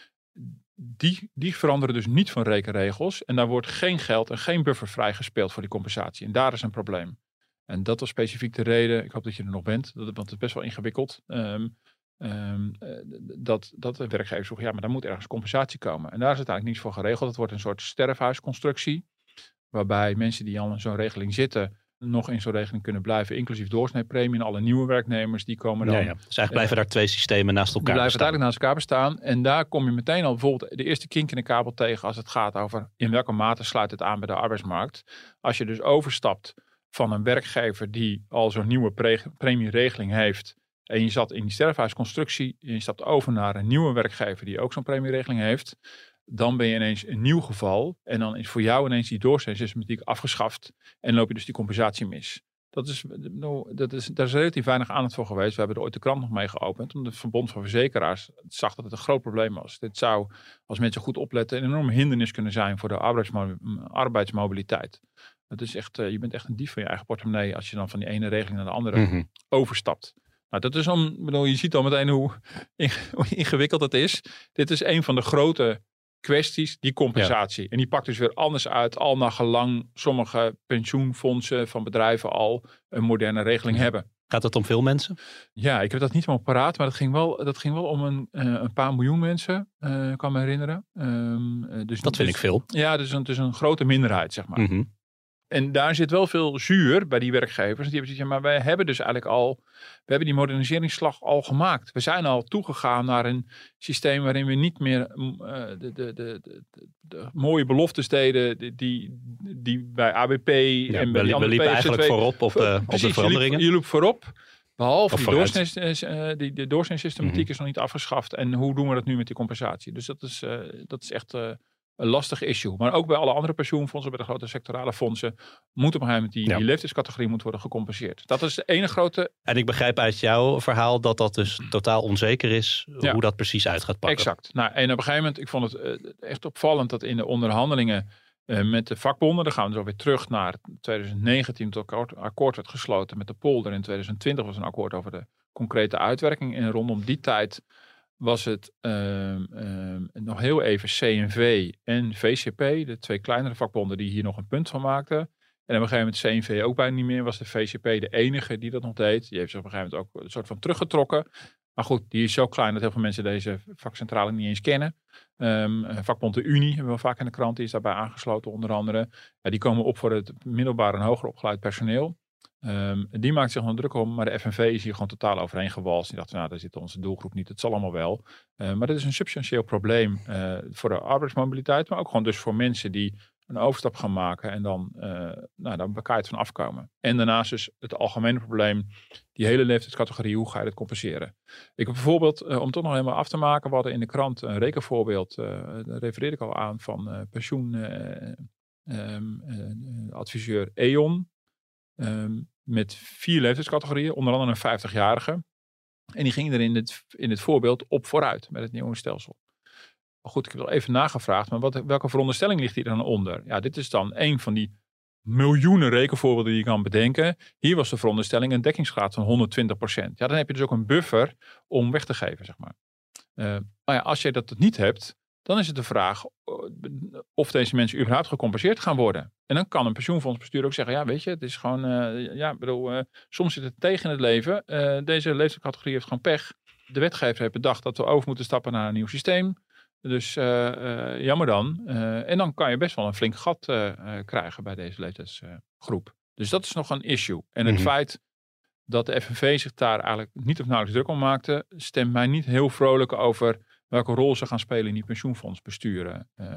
Speaker 4: Die, die veranderen dus niet van rekenregels. En daar wordt geen geld en geen buffer vrijgespeeld voor die compensatie. En daar is een probleem. En dat was specifiek de reden, ik hoop dat je er nog bent, want het is best wel ingewikkeld. Um, Um, dat, dat de werkgever vroeg, ja, maar daar moet ergens compensatie komen. En daar is het eigenlijk niets voor geregeld. Het wordt een soort sterfhuisconstructie, waarbij mensen die al in zo'n regeling zitten, nog in zo'n regeling kunnen blijven, inclusief doorsneepremie en alle nieuwe werknemers, die komen dan.
Speaker 3: Ja, ja. Dus eigenlijk blijven uh, daar twee systemen naast elkaar
Speaker 4: die
Speaker 3: bestaan.
Speaker 4: blijven uiteindelijk naast elkaar bestaan. En daar kom je meteen al bijvoorbeeld de eerste kink in de kabel tegen als het gaat over in welke mate sluit het aan bij de arbeidsmarkt. Als je dus overstapt van een werkgever die al zo'n nieuwe pre- premieregeling heeft, en je zat in die sterfhuisconstructie, en je stapt over naar een nieuwe werkgever die ook zo'n premieregeling heeft, dan ben je ineens een nieuw geval. En dan is voor jou ineens die doorsnee-systematiek afgeschaft. En loop je dus die compensatie mis. Dat is, dat is, daar is relatief weinig aandacht voor geweest. We hebben er ooit de krant nog mee geopend. Omdat het Verbond van Verzekeraars zag dat het een groot probleem was. Dit zou, als mensen goed opletten, een enorme hindernis kunnen zijn voor de arbeidsmo- arbeidsmobiliteit. Het is echt, je bent echt een dief van je eigen portemonnee als je dan van die ene regeling naar de andere mm-hmm. overstapt. Nou, dat is om, bedoel, je ziet al meteen hoe, hoe ingewikkeld het is. Dit is een van de grote kwesties, die compensatie. Ja. En die pakt dus weer anders uit, al naar gelang sommige pensioenfondsen van bedrijven al een moderne regeling ja. hebben.
Speaker 3: Gaat het om veel mensen?
Speaker 4: Ja, ik heb dat niet helemaal paraat, maar dat ging wel, dat ging wel om een, uh, een paar miljoen mensen, uh, kan me herinneren. Um, dus,
Speaker 3: dat vind
Speaker 4: dus,
Speaker 3: ik veel.
Speaker 4: Ja, dus het is een grote minderheid, zeg maar.
Speaker 3: Mm-hmm.
Speaker 4: En daar zit wel veel zuur bij die werkgevers. Die hebben gezegd, ja, maar wij hebben dus eigenlijk al, we hebben die moderniseringsslag al gemaakt. We zijn al toegegaan naar een systeem waarin we niet meer uh, de, de, de, de, de mooie beloftes deden die, die, die bij A B P
Speaker 3: ja,
Speaker 4: en bij
Speaker 3: we,
Speaker 4: die andere
Speaker 3: we liepen
Speaker 4: P S V
Speaker 3: eigenlijk voorop op, uh,
Speaker 4: precies,
Speaker 3: op de veranderingen.
Speaker 4: Je liep, je liep voorop. Behalve
Speaker 3: of
Speaker 4: die doorsnee, uh, die, de doorsneesystematiek mm-hmm. is nog niet afgeschaft. En hoe doen we dat nu met die compensatie? Dus dat is, uh, dat is echt Uh, een lastig issue. Maar ook bij alle andere pensioenfondsen, bij de grote sectorale fondsen, moet op een gegeven moment die, ja. die leeftijdscategorie moet worden gecompenseerd. Dat is de ene grote.
Speaker 3: En ik begrijp uit jouw verhaal dat dat dus totaal onzeker is, ja. hoe dat precies uit gaat pakken.
Speaker 4: Exact. Nou, en op een gegeven moment, ik vond het uh, echt opvallend dat in de onderhandelingen uh, met de vakbonden, dan gaan we zo weer terug naar twintig negentien, tot akkoord, akkoord werd gesloten met de polder. In twintig twintig was een akkoord over de concrete uitwerking. En rondom die tijd was het um, um, nog heel even C N V en V C P, de twee kleinere vakbonden die hier nog een punt van maakten. En op een gegeven moment C N V ook bijna niet meer, was de V C P de enige die dat nog deed. Die heeft zich op een gegeven moment ook een soort van teruggetrokken. Maar goed, die is zo klein dat heel veel mensen deze vakcentrale niet eens kennen. Um, vakbond de Unie hebben we vaak in de krant, die is daarbij aangesloten onder andere. Ja, die komen op voor het middelbaar en hoger opgeleid personeel. Um, die maakt zich nog druk om, maar de F N V is hier gewoon totaal overheen gewalst. Die dachten, nou, daar zit onze doelgroep niet, het zal allemaal wel. Uh, maar dit is een substantieel probleem uh, voor de arbeidsmobiliteit, maar ook gewoon dus voor mensen die een overstap gaan maken en dan, uh, nou, dan bekijkt van afkomen. En daarnaast is het algemene probleem, die hele leeftijdscategorie, hoe ga je dat compenseren? Ik heb bijvoorbeeld, uh, om toch nog helemaal af te maken, we hadden in de krant een rekenvoorbeeld, uh, daar refereerde ik al aan, van uh, pensioenadviseur uh, um, uh, E O N. Um, met vier leeftijdscategorieën, onder andere een vijftigjarige. En die ging er in het, in het voorbeeld op vooruit met het nieuwe stelsel. Maar goed, ik heb wel even nagevraagd, maar wat, welke veronderstelling ligt hier dan onder? Ja, dit is dan een van die miljoenen rekenvoorbeelden die je kan bedenken. Hier was de veronderstelling een dekkingsgraad van honderdtwintig procent. Ja, dan heb je dus ook een buffer om weg te geven, zeg maar. Uh, maar ja, als je dat niet hebt, dan is het de vraag of deze mensen überhaupt gecompenseerd gaan worden. En dan kan een pensioenfondsbestuur ook zeggen, ja, weet je, het is gewoon, uh, ja, bedoel, uh, soms zit het tegen in het leven. Uh, deze leeftijdscategorie heeft gewoon pech. De wetgever heeft bedacht dat we over moeten stappen naar een nieuw systeem. Dus uh, uh, jammer dan. Uh, en dan kan je best wel een flink gat uh, uh, krijgen bij deze leeftijdsgroep. Uh, dus dat is nog een issue. En het mm-hmm. feit dat de F N V zich daar eigenlijk niet of nauwelijks druk om maakte, stemt mij niet heel vrolijk over welke rol ze gaan spelen in die pensioenfondsbesturen. Uh,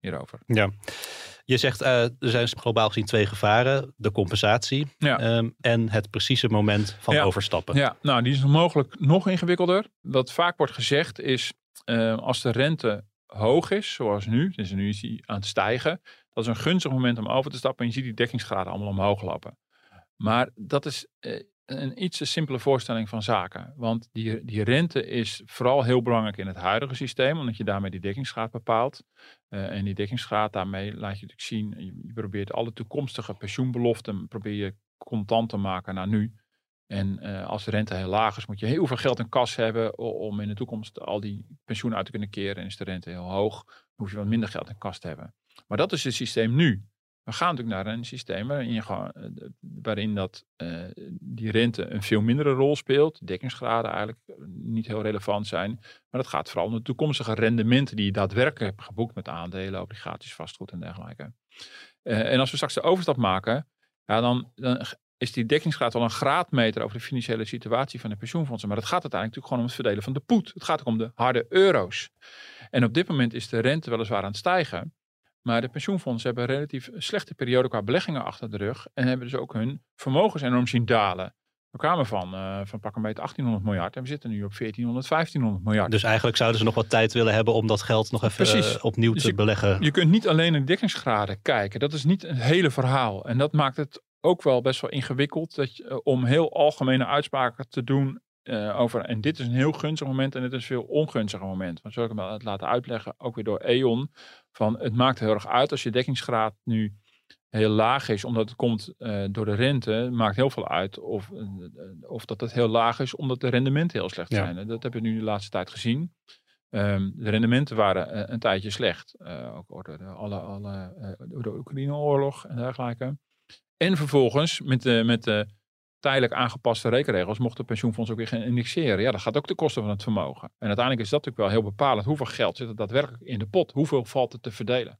Speaker 4: hierover.
Speaker 3: Ja. Je zegt, uh, er zijn globaal gezien twee gevaren. De compensatie
Speaker 4: ja.
Speaker 3: um, en het precieze moment van
Speaker 4: ja.
Speaker 3: overstappen.
Speaker 4: Ja, nou die is mogelijk nog ingewikkelder. Wat vaak wordt gezegd is, uh, als de rente hoog is, zoals nu, dus nu is die aan het stijgen, dat is een gunstig moment om over te stappen en je ziet die dekkingsgraden allemaal omhoog lopen. Maar dat is uh, een iets te simpele voorstelling van zaken. Want die, die rente is vooral heel belangrijk in het huidige systeem, omdat je daarmee die dekkingsgraad bepaalt. Uh, en die dekkingsgraad, daarmee laat je natuurlijk zien, je, je probeert alle toekomstige pensioenbeloften, probeer je contant te maken naar nu. En uh, als de rente heel laag is, moet je heel veel geld in kas hebben om in de toekomst al die pensioenen uit te kunnen keren. En is de rente heel hoog, dan hoef je wat minder geld in kas te hebben. Maar dat is het systeem nu. We gaan natuurlijk naar een systeem waarin, je gewoon, waarin dat, uh, die rente een veel mindere rol speelt. Dekkingsgraden eigenlijk niet heel relevant zijn. Maar dat gaat vooral om de toekomstige rendementen die je daadwerkelijk hebt geboekt met aandelen, obligaties, vastgoed en dergelijke. Uh, en als we straks de overstap maken, ja, dan, dan is die dekkingsgraad wel een graadmeter over de financiële situatie van de pensioenfondsen. Maar het gaat uiteindelijk natuurlijk gewoon om het verdelen van de poet. Het gaat ook om de harde euro's. En op dit moment is de rente weliswaar aan het stijgen. Maar de pensioenfondsen hebben een relatief slechte periode qua beleggingen achter de rug. En hebben dus ook hun vermogens enorm zien dalen. We kwamen van, uh, van pak een beetje achttienhonderd miljard. En we zitten nu op veertienhonderd, vijftienhonderd miljard.
Speaker 3: Dus eigenlijk zouden ze nog wat tijd willen hebben om dat geld nog even uh, opnieuw dus te
Speaker 4: je,
Speaker 3: beleggen.
Speaker 4: Je kunt niet alleen naar dekkingsgraden kijken. Dat is niet het hele verhaal. En dat maakt het ook wel best wel ingewikkeld. Dat je, uh, om heel algemene uitspraken te doen uh, over. En dit is een heel gunstig moment en dit is een veel ongunstiger moment. Want zo ik hem het laten uitleggen, ook weer door E.ON. Van het maakt heel erg uit als je dekkingsgraad nu heel laag is, omdat het komt uh, door de rente, maakt heel veel uit of, uh, of dat het heel laag is, omdat de rendementen heel slecht zijn. Ja. Dat hebben we nu de laatste tijd gezien. Um, de rendementen waren uh, een tijdje slecht, uh, ook door de, alle, alle, uh, door de Oekraïne-oorlog en dergelijke. En vervolgens, met de, met de tijdelijk aangepaste rekenregels, mocht de pensioenfonds ook weer gaan indexeren. Ja, dat gaat ook de kosten van het vermogen. En uiteindelijk is dat natuurlijk wel heel bepalend. Hoeveel geld zit er daadwerkelijk in de pot? Hoeveel valt er te verdelen?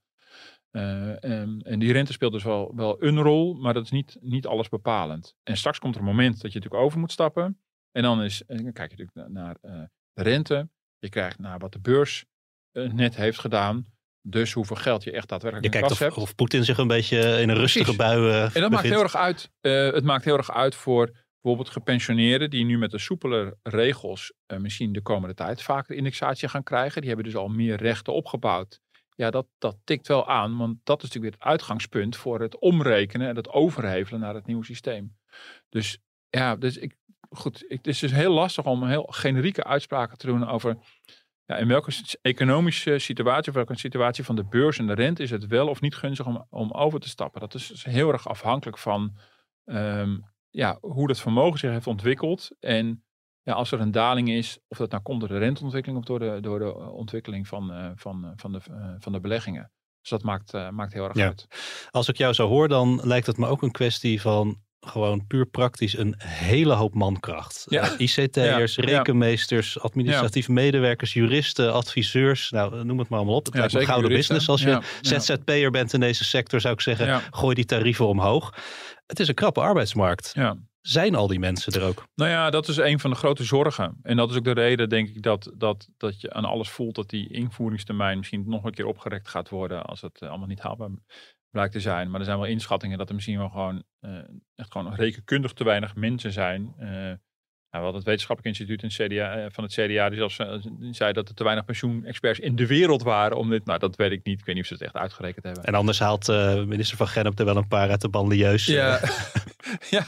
Speaker 4: Uh, en, en die rente speelt dus wel, wel een rol, maar dat is niet, niet alles bepalend. En straks komt er een moment dat je natuurlijk over moet stappen. En dan, is, en dan kijk je natuurlijk naar, naar uh, de rente. Je krijgt naar wat de beurs uh, net heeft gedaan. Dus hoeveel geld je echt daadwerkelijk
Speaker 3: je
Speaker 4: in kas
Speaker 3: hebt.
Speaker 4: Of,
Speaker 3: of Poetin zich een beetje in een rustige bui uh, En dat
Speaker 4: bevindt. maakt heel erg uit. Uh, het maakt heel erg uit voor bijvoorbeeld gepensioneerden die nu met de soepelere regels uh, misschien de komende tijd vaker indexatie gaan krijgen. Die hebben dus al meer rechten opgebouwd. Ja, dat, dat tikt wel aan, want dat is natuurlijk weer het uitgangspunt voor het omrekenen en het overhevelen naar het nieuwe systeem. Dus ja, dus ik, goed, ik, het is dus heel lastig om heel generieke uitspraken te doen over ja, in welke economische situatie, of welke situatie van de beurs en de rente is het wel of niet gunstig om, om over te stappen. Dat is dus heel erg afhankelijk van um, ja, hoe dat vermogen zich heeft ontwikkeld. En ja, als er een daling is, of dat nou komt door de renteontwikkeling of door de, door de ontwikkeling van, uh, van, van, de, uh, van de beleggingen. Dus dat maakt, uh, maakt heel erg ja. uit.
Speaker 3: Als ik jou zo hoor, dan lijkt het me ook een kwestie van gewoon puur praktisch een hele hoop mankracht. Ja. Uh, I C T'ers, ja. rekenmeesters, administratieve ja. medewerkers, juristen, adviseurs. Nou, noem het maar allemaal op. Het ja, lijkt me een gouden juristen. business. Als je ja. Z Z P'er bent in deze sector, zou ik zeggen, ja. gooi die tarieven omhoog. Het is een krappe arbeidsmarkt.
Speaker 4: Ja.
Speaker 3: Zijn al die mensen er ook?
Speaker 4: Nou ja, dat is een van de grote zorgen. En dat is ook de reden, denk ik, dat, dat, dat je aan alles voelt dat die invoeringstermijn misschien nog een keer opgerekt gaat worden als het allemaal niet haalbaar blijkt te zijn. Maar er zijn wel inschattingen dat er misschien wel gewoon uh, echt gewoon rekenkundig te weinig mensen zijn. Uh, nou, we hadden het wetenschappelijk instituut in het C D A, uh, van het C D A die zelfs uh, die zei dat er te weinig pensioenexperts in de wereld waren om dit. Nou, dat weet ik niet. Ik weet niet of ze het echt uitgerekend hebben.
Speaker 3: En anders haalt uh, minister Van Gennep er wel een paar uit de banlieues.
Speaker 4: Ja, ja.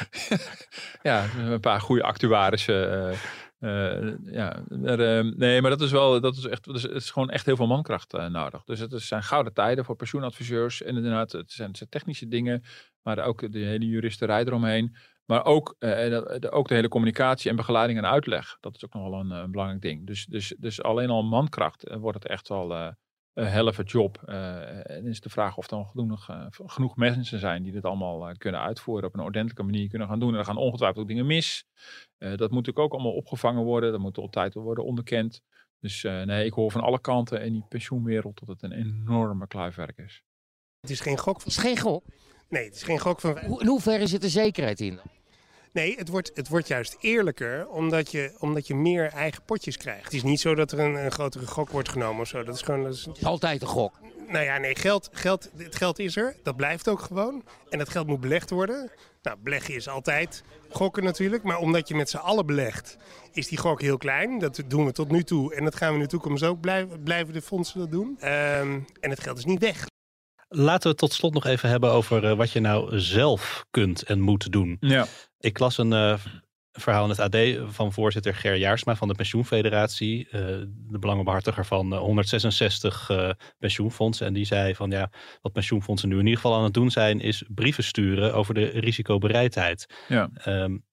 Speaker 4: ja, een paar goede actuarissen. Uh, Uh, ja, maar, uh, nee, maar dat is wel, dat is echt, het is gewoon echt heel veel mankracht uh, nodig. Dus het is, zijn gouden tijden voor pensioenadviseurs. En inderdaad, het zijn, het zijn technische dingen, maar ook de hele juristerij eromheen. Maar ook, uh, de, de, ook de hele communicatie en begeleiding en uitleg. Dat is ook nog wel een, een belangrijk ding. Dus, dus, dus alleen al mankracht uh, wordt het echt wel uh, een helft job. Uh, en is de vraag of er nog genoeg, uh, genoeg mensen zijn die dit allemaal uh, kunnen uitvoeren op een ordentelijke manier kunnen gaan doen. En er gaan ongetwijfeld ook dingen mis. Uh, dat moet natuurlijk ook allemaal opgevangen worden. Dat moet altijd worden onderkend. Dus uh, nee, ik hoor van alle kanten in die pensioenwereld dat het een enorme kluifwerk is.
Speaker 8: Het is geen gok.
Speaker 9: Het is geen gok?
Speaker 8: Nee, het is geen gok van...
Speaker 9: Hoe, in hoeverre zit er zekerheid in?
Speaker 8: Nee, het wordt, het wordt juist eerlijker omdat je, omdat je meer eigen potjes krijgt. Het is niet zo dat er een, een grotere gok wordt genomen of zo. Dat is gewoon... Dat is...
Speaker 9: Altijd een gok.
Speaker 8: Nou ja, nee, geld, geld, het geld is er. Dat blijft ook gewoon. En dat geld moet belegd worden. Nou, beleggen is altijd gokken natuurlijk. Maar omdat je met z'n allen belegt, is die gok heel klein. Dat doen we tot nu toe. En dat gaan we in de toekomst ook blijven, blijven de fondsen dat doen. Um, en het geld is niet weg.
Speaker 3: Laten we het tot slot nog even hebben over uh, wat je nou zelf kunt en moet doen.
Speaker 4: Ja.
Speaker 3: Ik las een uh, verhaal in het A D van voorzitter Ger Jaarsma van de Pensioenfederatie. Uh, de belangenbehartiger van uh, honderdzesenzestig uh, pensioenfondsen. En die zei van ja, wat pensioenfondsen nu in ieder geval aan het doen zijn, is brieven sturen over de risicobereidheid.
Speaker 4: Ja.
Speaker 3: Um,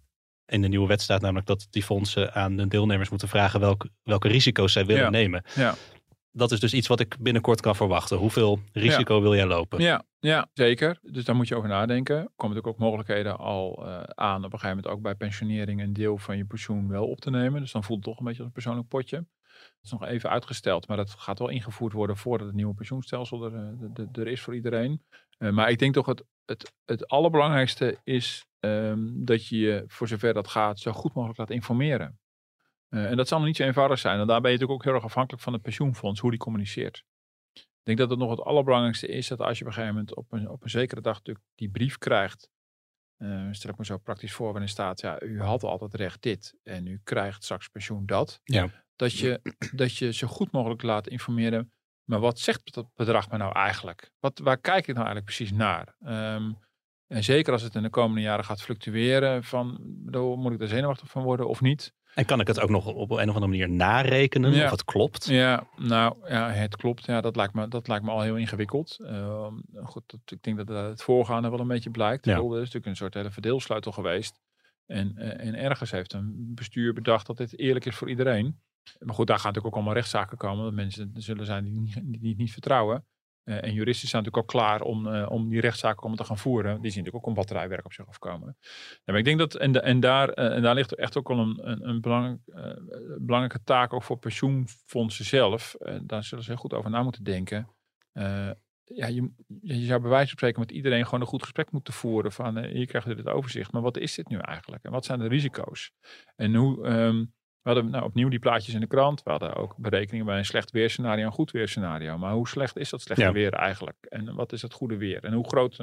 Speaker 3: in de nieuwe wet staat namelijk dat die fondsen aan de deelnemers moeten vragen welke, welke risico's zij willen
Speaker 4: ja.
Speaker 3: nemen.
Speaker 4: Ja.
Speaker 3: Dat is dus iets wat ik binnenkort kan verwachten. Hoeveel risico
Speaker 4: ja.
Speaker 3: wil jij lopen?
Speaker 4: Ja, ja, zeker. Dus daar moet je over nadenken. Er komen natuurlijk ook mogelijkheden al uh, aan op een gegeven moment ook bij pensionering een deel van je pensioen wel op te nemen. Dus dan voelt het toch een beetje als een persoonlijk potje. Dat is nog even uitgesteld, maar dat gaat wel ingevoerd worden voordat het nieuwe pensioenstelsel er, er, er is voor iedereen. Uh, maar ik denk toch het, het, het allerbelangrijkste is um, dat je je, voor zover dat gaat, zo goed mogelijk laat informeren. Uh, en dat zal nog niet zo eenvoudig zijn. En daar ben je natuurlijk ook heel erg afhankelijk van het pensioenfonds, hoe die communiceert. Ik denk dat het nog het allerbelangrijkste is dat als je op een gegeven moment op een, op een zekere dag natuurlijk die brief krijgt. Uh, stel ik me zo praktisch voor waarin staat, ja, u had altijd recht dit en u krijgt straks pensioen dat.
Speaker 3: Ja.
Speaker 4: Dat je, dat je zo goed mogelijk laat informeren. Maar wat zegt dat bedrag me nou eigenlijk? Wat, waar kijk ik nou eigenlijk precies naar? Um, en zeker als het in de komende jaren gaat fluctueren, van, bedoel, moet ik er zenuwachtig van worden of niet?
Speaker 3: En kan ik het ook nog op een of andere manier narekenen
Speaker 4: ja.
Speaker 3: of het klopt?
Speaker 4: Ja, nou ja, het klopt. Ja, dat lijkt me, dat lijkt me al heel ingewikkeld. Uh, goed, dat, ik denk dat uh, het voorgaande wel een beetje blijkt. Ja. Er is natuurlijk een soort hele verdeelsleutel geweest. En, uh, en ergens heeft een bestuur bedacht dat dit eerlijk is voor iedereen. Maar goed, daar gaan natuurlijk ook allemaal rechtszaken komen. Dat mensen er zullen zijn die niet, die, die niet vertrouwen. Uh, en juristen zijn natuurlijk ook klaar om, uh, om die rechtszaken om te gaan voeren. Die zien natuurlijk ook een batterijwerk op zich afkomen. Ja, maar ik denk dat, en, de, en, daar, uh, en daar ligt echt ook wel een, een, een belangrijk, uh, belangrijke taak ook voor pensioenfondsen zelf. Uh, daar zullen ze heel goed over na moeten denken. Uh, ja, je, je zou bij wijze van spreken met iedereen gewoon een goed gesprek moeten voeren. Van uh, hier krijg je dit overzicht. Maar wat is dit nu eigenlijk? En wat zijn de risico's? En hoe... Um, We hadden nou, opnieuw die plaatjes in de krant. We hadden ook berekeningen bij een slecht weerscenario en een goed weerscenario. Maar hoe slecht is dat slechte ja. weer eigenlijk? En wat is het goede weer? En hoe groot...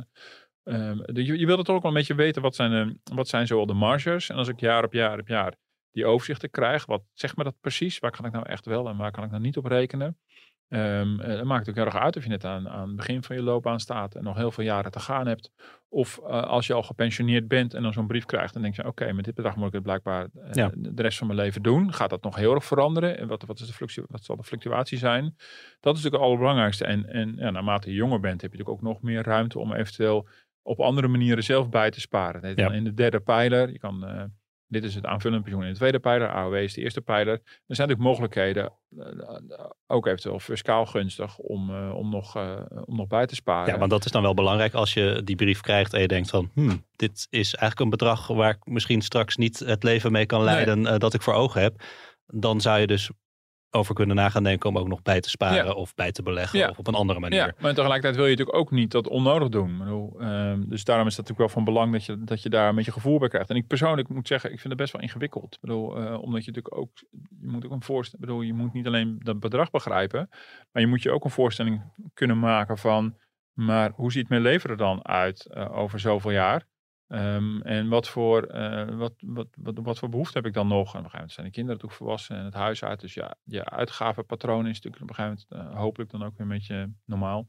Speaker 4: Um, je, je wilt het ook wel een beetje weten. Wat zijn, uh, wat zijn zowel de marges? En als ik jaar op jaar op jaar die overzichten krijg. Wat zegt me dat precies? Waar kan ik nou echt wel en waar kan ik nou niet op rekenen? Um, uh, dat maakt het ook heel erg uit of je net aan, aan het begin van je loopbaan staat. En nog heel veel jaren te gaan hebt. Of uh, als je al gepensioneerd bent en dan zo'n brief krijgt. Dan denk je, oké, okay, met dit bedrag moet ik het blijkbaar uh, ja. de rest van mijn leven doen. Gaat dat nog heel erg veranderen? En wat, wat, is de fluctu- wat zal de fluctuatie zijn? Dat is natuurlijk het allerbelangrijkste. En, en ja, naarmate je jonger bent, heb je natuurlijk ook nog meer ruimte om eventueel op andere manieren zelf bij te sparen. Nee, dan ja. in de derde pijler. Je kan... Uh, Dit is het aanvullend pensioen in de tweede pijler. A O W is de eerste pijler. Er zijn natuurlijk mogelijkheden, uh, ook eventueel fiscaal gunstig, om, uh, om, nog, uh, om nog bij te sparen.
Speaker 3: Ja, want dat is dan wel belangrijk als je die brief krijgt en je denkt van, hmm, dit is eigenlijk een bedrag waar ik misschien straks niet het leven mee kan leiden nee. uh, dat ik voor ogen heb. Dan zou je dus over kunnen nagaan denken om ook nog bij te sparen ja. of bij te beleggen ja. of op een andere manier.
Speaker 4: Ja, maar tegelijkertijd wil je natuurlijk ook niet dat onnodig doen. Ik bedoel, um, dus daarom is dat natuurlijk wel van belang dat je, dat je daar een beetje gevoel bij krijgt. En ik persoonlijk moet zeggen, ik vind het best wel ingewikkeld. Ik bedoel, uh, omdat je natuurlijk ook, je moet ook een voorstelling, bedoel, je moet niet alleen dat bedrag begrijpen, maar je moet je ook een voorstelling kunnen maken van, maar hoe ziet mijn leven er dan uit uh, over zoveel jaar? Um, en wat voor, uh, wat, wat, wat, wat voor behoefte heb ik dan nog? En op een gegeven moment zijn de kinderen natuurlijk volwassen en het huis uit. Dus ja, je uitgavenpatroon is natuurlijk op een gegeven moment uh, hopelijk dan ook weer een beetje normaal.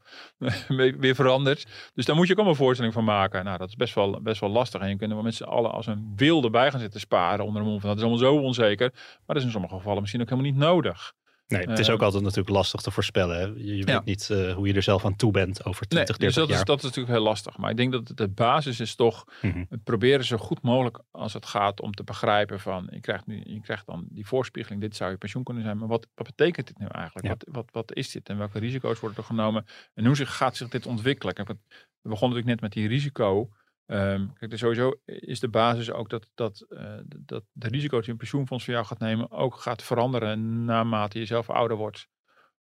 Speaker 4: weer veranderd. Dus daar moet je ook allemaal een voorstelling van maken. Nou, dat is best wel, best wel lastig. En je kunt er met z'n allen als een wilde bij gaan zitten sparen onder de mond van dat is allemaal zo onzeker. Maar dat is in sommige gevallen misschien ook helemaal niet nodig.
Speaker 3: Nee, het is uh, ook altijd natuurlijk lastig te voorspellen. Hè? Je, je ja. weet niet uh, hoe je er zelf aan toe bent over twintig,
Speaker 4: nee,
Speaker 3: dertig
Speaker 4: dus dat
Speaker 3: jaar.
Speaker 4: Is, dat is natuurlijk heel lastig. Maar ik denk dat de basis is toch mm-hmm. proberen zo goed mogelijk als het gaat om te begrijpen van je krijgt, nu, je krijgt dan die voorspiegeling. Dit zou je pensioen kunnen zijn. Maar wat, wat betekent dit nu eigenlijk? Ja. Wat, wat, wat is dit? En welke risico's worden er genomen? En hoe zich, gaat zich dit ontwikkelen? Kijk, we begonnen natuurlijk net met die risico. Um, kijk, dus sowieso is de basis ook dat, dat, uh, dat de risico's die een pensioenfonds voor jou gaat nemen ook gaat veranderen naarmate je zelf ouder wordt.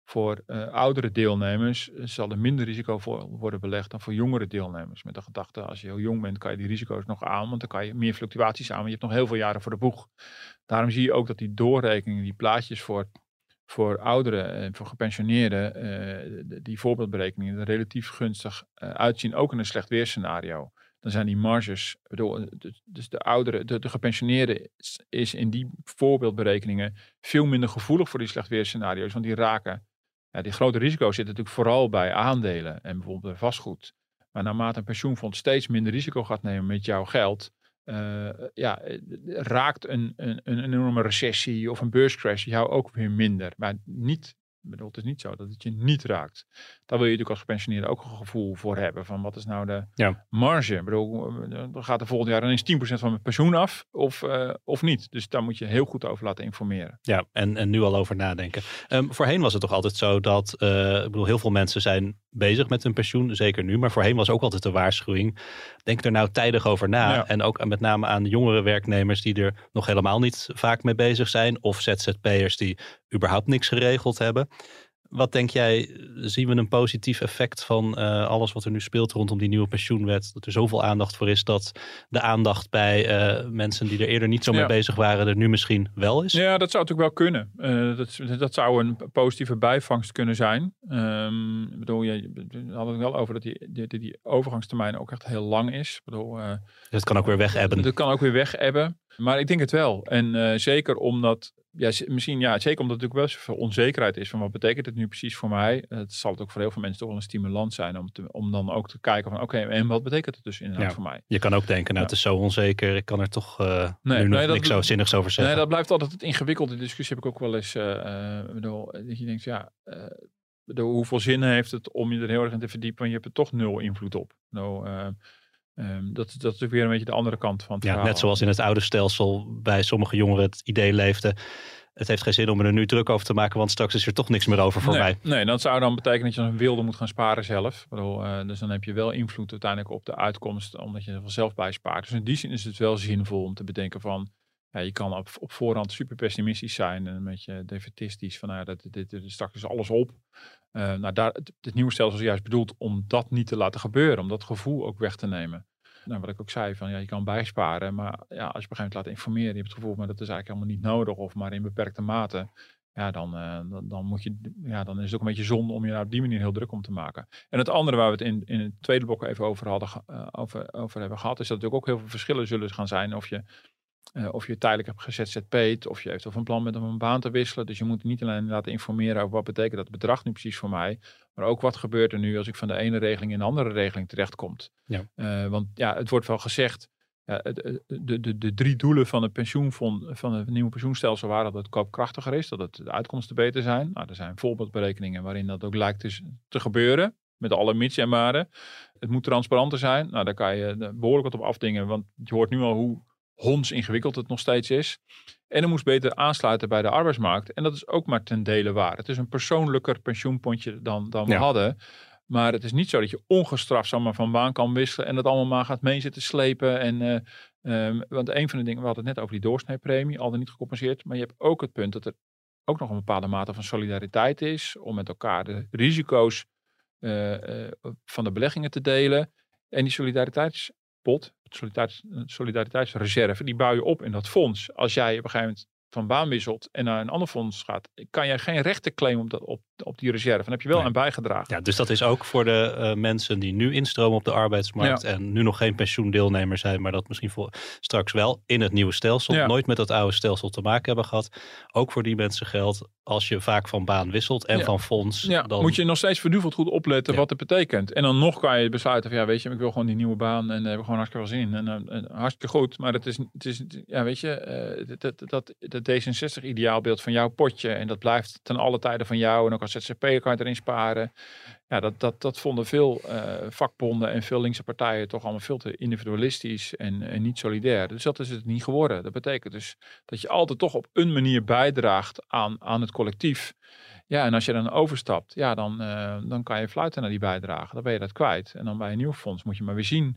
Speaker 4: voor uh, oudere deelnemers zal er minder risico voor worden belegd dan voor jongere deelnemers. Met de gedachte, als je heel jong bent, kan je die risico's nog aan, want dan kan je meer fluctuaties aan, want je hebt nog heel veel jaren voor de boeg. Daarom zie je ook dat die doorrekeningen, die plaatjes voor, voor ouderen en voor gepensioneerden, uh, die voorbeeldberekeningen er relatief gunstig uh, uitzien, ook in een slecht weerscenario. Dan zijn die marges, bedoel, dus de ouderen, de, de gepensioneerde is, is in die voorbeeldberekeningen veel minder gevoelig voor die slecht weerscenario's, want die raken, ja, die grote risico's zitten natuurlijk vooral bij aandelen en bijvoorbeeld bij vastgoed. Maar naarmate een pensioenfonds steeds minder risico gaat nemen met jouw geld, uh, ja, raakt een, een, een enorme recessie of een beurscrash jou ook weer minder. Maar niet, bedoel, het is niet zo dat het je niet raakt. Daar wil je natuurlijk als gepensioneerde ook een gevoel voor hebben. Van wat is nou de ja. marge? Ik bedoel, dan gaat er volgend jaar ineens tien procent van mijn pensioen af of, uh, of niet. Dus daar moet je heel goed over laten informeren.
Speaker 3: Ja, en, en nu al over nadenken. Um, voorheen was het toch altijd zo dat, uh, ik bedoel, heel veel mensen zijn bezig met hun pensioen, zeker nu. Maar voorheen was ook altijd de waarschuwing, denk er nou tijdig over na. Ja. En ook met name aan jongere werknemers die er nog helemaal niet vaak mee bezig zijn. Of Z Z P'ers die überhaupt niks geregeld hebben. Wat denk jij, zien we een positief effect van uh, alles wat er nu speelt rondom die nieuwe pensioenwet? Dat er zoveel aandacht voor is dat de aandacht bij uh, mensen die er eerder niet zo mee ja. bezig waren er nu misschien wel is?
Speaker 4: Ja, dat zou natuurlijk wel kunnen. Uh, dat, dat zou een positieve bijvangst kunnen zijn. Um, ik bedoel, je had het wel over dat die, die, die overgangstermijn ook echt heel lang is. Ik bedoel, uh,
Speaker 3: dat kan ook weer wegebben.
Speaker 4: Dat kan ook weer wegebben. Maar ik denk het wel. En uh, zeker omdat... Ja, misschien ja, zeker omdat er natuurlijk wel zoveel onzekerheid is van wat betekent het nu precies voor mij. Het zal het ook voor heel veel mensen toch wel een stimulans zijn om, te, om dan ook te kijken van oké, okay, en wat betekent het dus inderdaad ja, voor mij?
Speaker 3: Je kan ook denken, nou ja. het is zo onzeker, ik kan er toch uh, nee, nu nog nee, niks dat, zo zinnigs over zeggen.
Speaker 4: Nee, dat blijft altijd het ingewikkelde. Die discussie heb ik ook wel eens, uh, uh, bedoel, dat je denkt ja, uh, bedoel, hoeveel zin heeft het om je er heel erg in te verdiepen, want je hebt er toch nul invloed op. Nou, uh, Um, dat, dat is natuurlijk weer een beetje de andere kant van het
Speaker 3: ja,
Speaker 4: verhaal.
Speaker 3: Net zoals in het oude stelsel bij sommige jongeren het idee leefde. Het heeft geen zin om er nu druk over te maken, want straks is er toch niks meer over voor
Speaker 4: nee,
Speaker 3: mij.
Speaker 4: Nee, dat zou dan betekenen dat je een wilde moet gaan sparen zelf. Bedoel, uh, dus dan heb je wel invloed uiteindelijk op de uitkomst, omdat je er vanzelf bij spaart. Dus in die zin is het wel zinvol om te bedenken van, ja, je kan op, op voorhand super pessimistisch zijn en een beetje defetistisch van, nou, dat, dit, dit, straks is alles op. Uh, nou, daar, het, het nieuwe stelsel is juist bedoeld om dat niet te laten gebeuren, om dat gevoel ook weg te nemen. Nou, wat ik ook zei, van ja, je kan bijsparen, maar ja, als je op een gegeven moment laat informeren, je hebt het gevoel, maar dat is eigenlijk helemaal niet nodig, of maar in beperkte mate, ja, dan, uh, dan, dan moet je, ja, dan is het ook een beetje zonde om je daar op die manier heel druk om te maken. En het andere waar we het in, in het tweede blok even over hadden, uh, over, over hebben gehad, is dat er ook heel veel verschillen zullen gaan zijn of je Uh, of je tijdelijk hebt gezet Z Z P'd, of je heeft of een plan met om een baan te wisselen. Dus je moet niet alleen laten informeren over wat betekent dat bedrag nu precies voor mij, maar ook wat gebeurt er nu als ik van de ene regeling in de andere regeling terechtkomt. Ja. Uh, want ja, het wordt wel gezegd, ja, de, de, de, de drie doelen van het pensioenfonds, van het nieuwe pensioenstelsel waren dat het koopkrachtiger is, dat het de uitkomsten beter zijn. Nou, er zijn voorbeeldberekeningen waarin dat ook lijkt te, te gebeuren. Met alle mits en maren. Het moet transparanter zijn. Nou, daar kan je behoorlijk wat op afdingen, want je hoort nu al hoe honds ingewikkeld het nog steeds is. En er moest beter aansluiten bij de arbeidsmarkt. En dat is ook maar ten dele waar. Het is een persoonlijker pensioenpondje dan, dan we ja. hadden. Maar het is niet zo dat je ongestraft zomaar van baan kan wisselen en dat allemaal maar gaat mee zitten slepen. En, uh, um, want een van de dingen, we hadden het net over die doorsneepremie, al dan niet gecompenseerd. Maar je hebt ook het punt dat er ook nog een bepaalde mate van solidariteit is om met elkaar de risico's uh, uh, van de beleggingen te delen. En die solidariteitspot, solidariteits, solidariteitsreserve, die bouw je op in dat fonds. Als jij op een gegeven moment van baan wisselt en naar een ander fonds gaat, kan jij geen rechten claimen op, dat, op, op die reserve. Dan heb je wel nee. aan bijgedragen.
Speaker 3: Ja, dus dat is ook voor de uh, mensen die nu instromen op de arbeidsmarkt ja. en nu nog geen pensioendeelnemer zijn, maar dat misschien voor straks wel in het nieuwe stelsel, ja. nooit met dat oude stelsel te maken hebben gehad. Ook voor die mensen geldt, als je vaak van baan wisselt en ja. van fonds.
Speaker 4: Ja. Dan moet je nog steeds verduveld goed opletten ja. wat het betekent. En dan nog kan je besluiten van ja, weet je, ik wil gewoon die nieuwe baan en daar heb ik gewoon hartstikke veel zin in. En, en, en hartstikke goed, maar het is, het is ja, weet je, uh, dat, dat, dat, dat D zesenzestig ideaalbeeld van jouw potje en dat blijft ten alle tijde van jou en ook als Z Z P'er kan je erin sparen. Ja, dat, dat, dat vonden veel uh, vakbonden en veel linkse partijen toch allemaal veel te individualistisch en, en niet solidair. Dus dat is het niet geworden. Dat betekent dus dat je altijd toch op een manier bijdraagt aan, aan het collectief. Ja, en als je dan overstapt, ja, dan, uh, dan kan je fluiten naar die bijdrage. Dan ben je dat kwijt. En dan bij een nieuw fonds moet je maar weer zien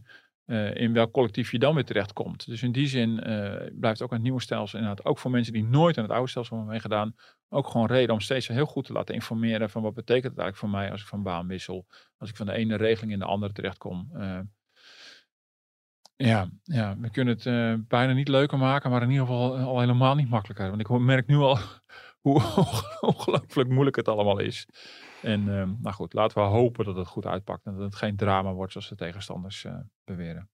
Speaker 4: uh, in welk collectief je dan weer terechtkomt. Dus in die zin uh, blijft ook het nieuwe stelsel inderdaad ook voor mensen die nooit aan het oude stelsel hebben meegedaan, ook gewoon reden om steeds heel goed te laten informeren van wat betekent het eigenlijk voor mij als ik van baan wissel, als ik van de ene regeling in de andere terechtkom. Uh, Ja, ja, we kunnen het uh, bijna niet leuker maken, maar in ieder geval al helemaal niet makkelijker. Want ik merk nu al hoe ongelooflijk moeilijk het allemaal is. En uh, nou goed, laten we hopen dat het goed uitpakt en dat het geen drama wordt zoals de tegenstanders uh, beweren.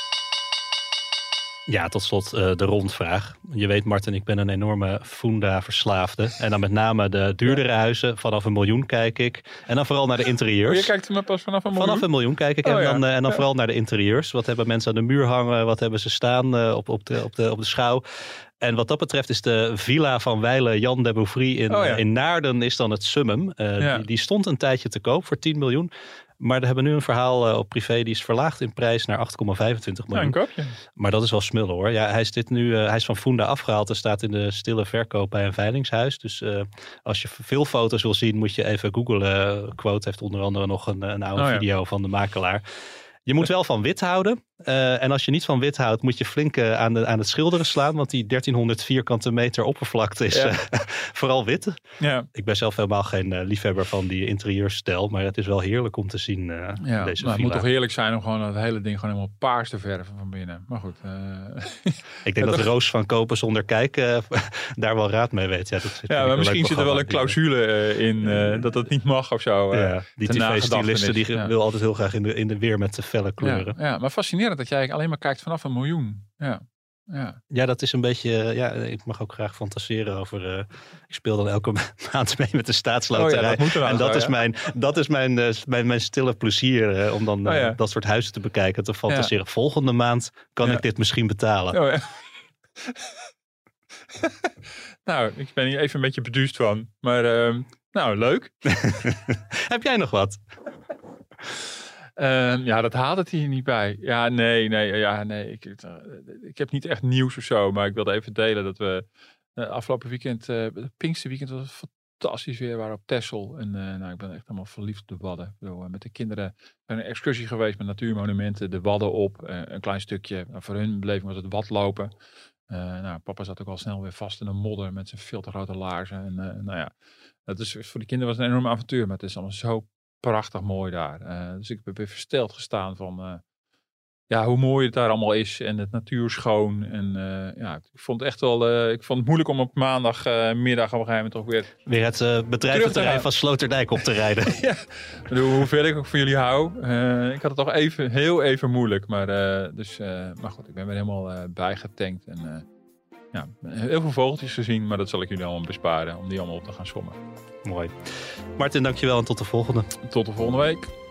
Speaker 3: Ja, tot slot uh, de rondvraag. Je weet, Martin, ik ben een enorme Funda-verslaafde. En dan met name de duurdere huizen. Vanaf een miljoen kijk ik. En dan vooral naar de interieurs.
Speaker 4: Oh, je kijkt maar pas vanaf een miljoen?
Speaker 3: Vanaf een miljoen kijk ik.
Speaker 4: Oh,
Speaker 3: en dan,
Speaker 4: ja.
Speaker 3: uh, en dan
Speaker 4: ja.
Speaker 3: vooral naar de interieurs. Wat hebben mensen aan de muur hangen? Wat hebben ze staan uh, op, op, de, op, de, op de schouw? En wat dat betreft is de villa van wijlen Jan de Bouvry in,
Speaker 4: oh, ja.
Speaker 3: in Naarden is dan het summum. Uh,
Speaker 4: ja.
Speaker 3: die, die stond een tijdje te koop voor tien miljoen. Maar we hebben nu een verhaal uh, op privé. Die is verlaagd in prijs naar acht komma vijfentwintig miljoen.
Speaker 4: Ja, een koopje.
Speaker 3: Maar dat is wel smullen hoor. Ja, hij is dit nu, uh, hij is van Funda afgehaald en staat in de stille verkoop bij een veilingshuis. Dus uh, als je veel foto's wil zien, moet je even googlen. Uh, Quote heeft onder andere nog een, een oude
Speaker 4: oh, ja.
Speaker 3: video van de makelaar. Je moet wel van wit houden. Uh, en als je niet van wit houdt, moet je flink uh, aan, de, aan het schilderen slaan. Want die dertienhonderd vierkante meter oppervlakte is ja. uh, vooral wit.
Speaker 4: Ja.
Speaker 3: Ik ben zelf helemaal geen uh, liefhebber van die interieurstijl. Maar het is wel heerlijk om te zien uh,
Speaker 4: ja,
Speaker 3: deze
Speaker 4: maar
Speaker 3: villa.
Speaker 4: het moet toch heerlijk zijn om gewoon het hele ding gewoon helemaal paars te verven van binnen. Maar goed. Uh,
Speaker 3: ik denk dat toch... Roos van Kopen zonder kijken uh, daar wel raad mee weet. Ja, dat
Speaker 4: ja maar misschien zit er wel een clausule uh, in uh, dat dat niet mag of zo. Uh,
Speaker 3: ja, die tv-styliste die ja. wil altijd heel graag in de, in de weer met de felle kleuren.
Speaker 4: Ja, ja, maar fascinerend dat jij alleen maar kijkt vanaf een miljoen. Ja. Ja.
Speaker 3: ja, dat is een beetje... Ja, ik mag ook graag fantaseren over... Uh, ik speel dan elke maand mee met de staatsloterij.
Speaker 4: Oh ja, dat
Speaker 3: en dat,
Speaker 4: zo,
Speaker 3: is
Speaker 4: ja.
Speaker 3: mijn, dat is mijn, uh, mijn, mijn stille plezier. Uh, om dan uh, oh ja. dat soort huizen te bekijken. Te fantaseren. Ja. Volgende maand kan ja. ik dit misschien betalen.
Speaker 4: Oh ja. Nou, ik ben hier even een beetje beduusd van. Maar uh, nou, leuk.
Speaker 3: Heb jij nog wat?
Speaker 4: Uh, ja, dat haalt het hier niet bij. Ja, nee, nee, ja, nee. Ik, uh, ik heb niet echt nieuws of zo, maar ik wilde even delen dat we uh, afgelopen weekend, uh, het Pinksterweekend was fantastisch weer, waren op Texel. En uh, nou, ik ben echt helemaal verliefd op de Wadden. Ik bedoel, uh, met de kinderen ben een excursie geweest met natuurmonumenten, de Wadden op, uh, een klein stukje. Uh, voor hun beleving was het wadlopen. Uh, nou, papa zat ook al snel weer vast in de modder met zijn veel te grote laarzen. En uh, nou ja, dat is, voor de kinderen was het een enorm avontuur, maar het is allemaal zo prachtig mooi daar. Uh, dus ik heb weer versteld gestaan van uh, ja, hoe mooi het daar allemaal is en het natuur schoon. En uh, ja, ik vond het echt wel, uh, ik vond het moeilijk om op maandagmiddag uh, op een gegeven moment toch weer...
Speaker 3: Weer het uh, bedrijventerrein van Sloterdijk op te rijden.
Speaker 4: Ja, hoeveel ik ook van jullie hou. Uh, ik had het toch even, heel even moeilijk. Maar, uh, dus, uh, maar goed, ik ben weer helemaal uh, bijgetankt. En uh, ja, heel veel vogeltjes gezien, maar dat zal ik jullie allemaal besparen om die allemaal op te gaan zwommen.
Speaker 3: Mooi. Martin, dankjewel en tot de volgende.
Speaker 4: Tot de volgende week.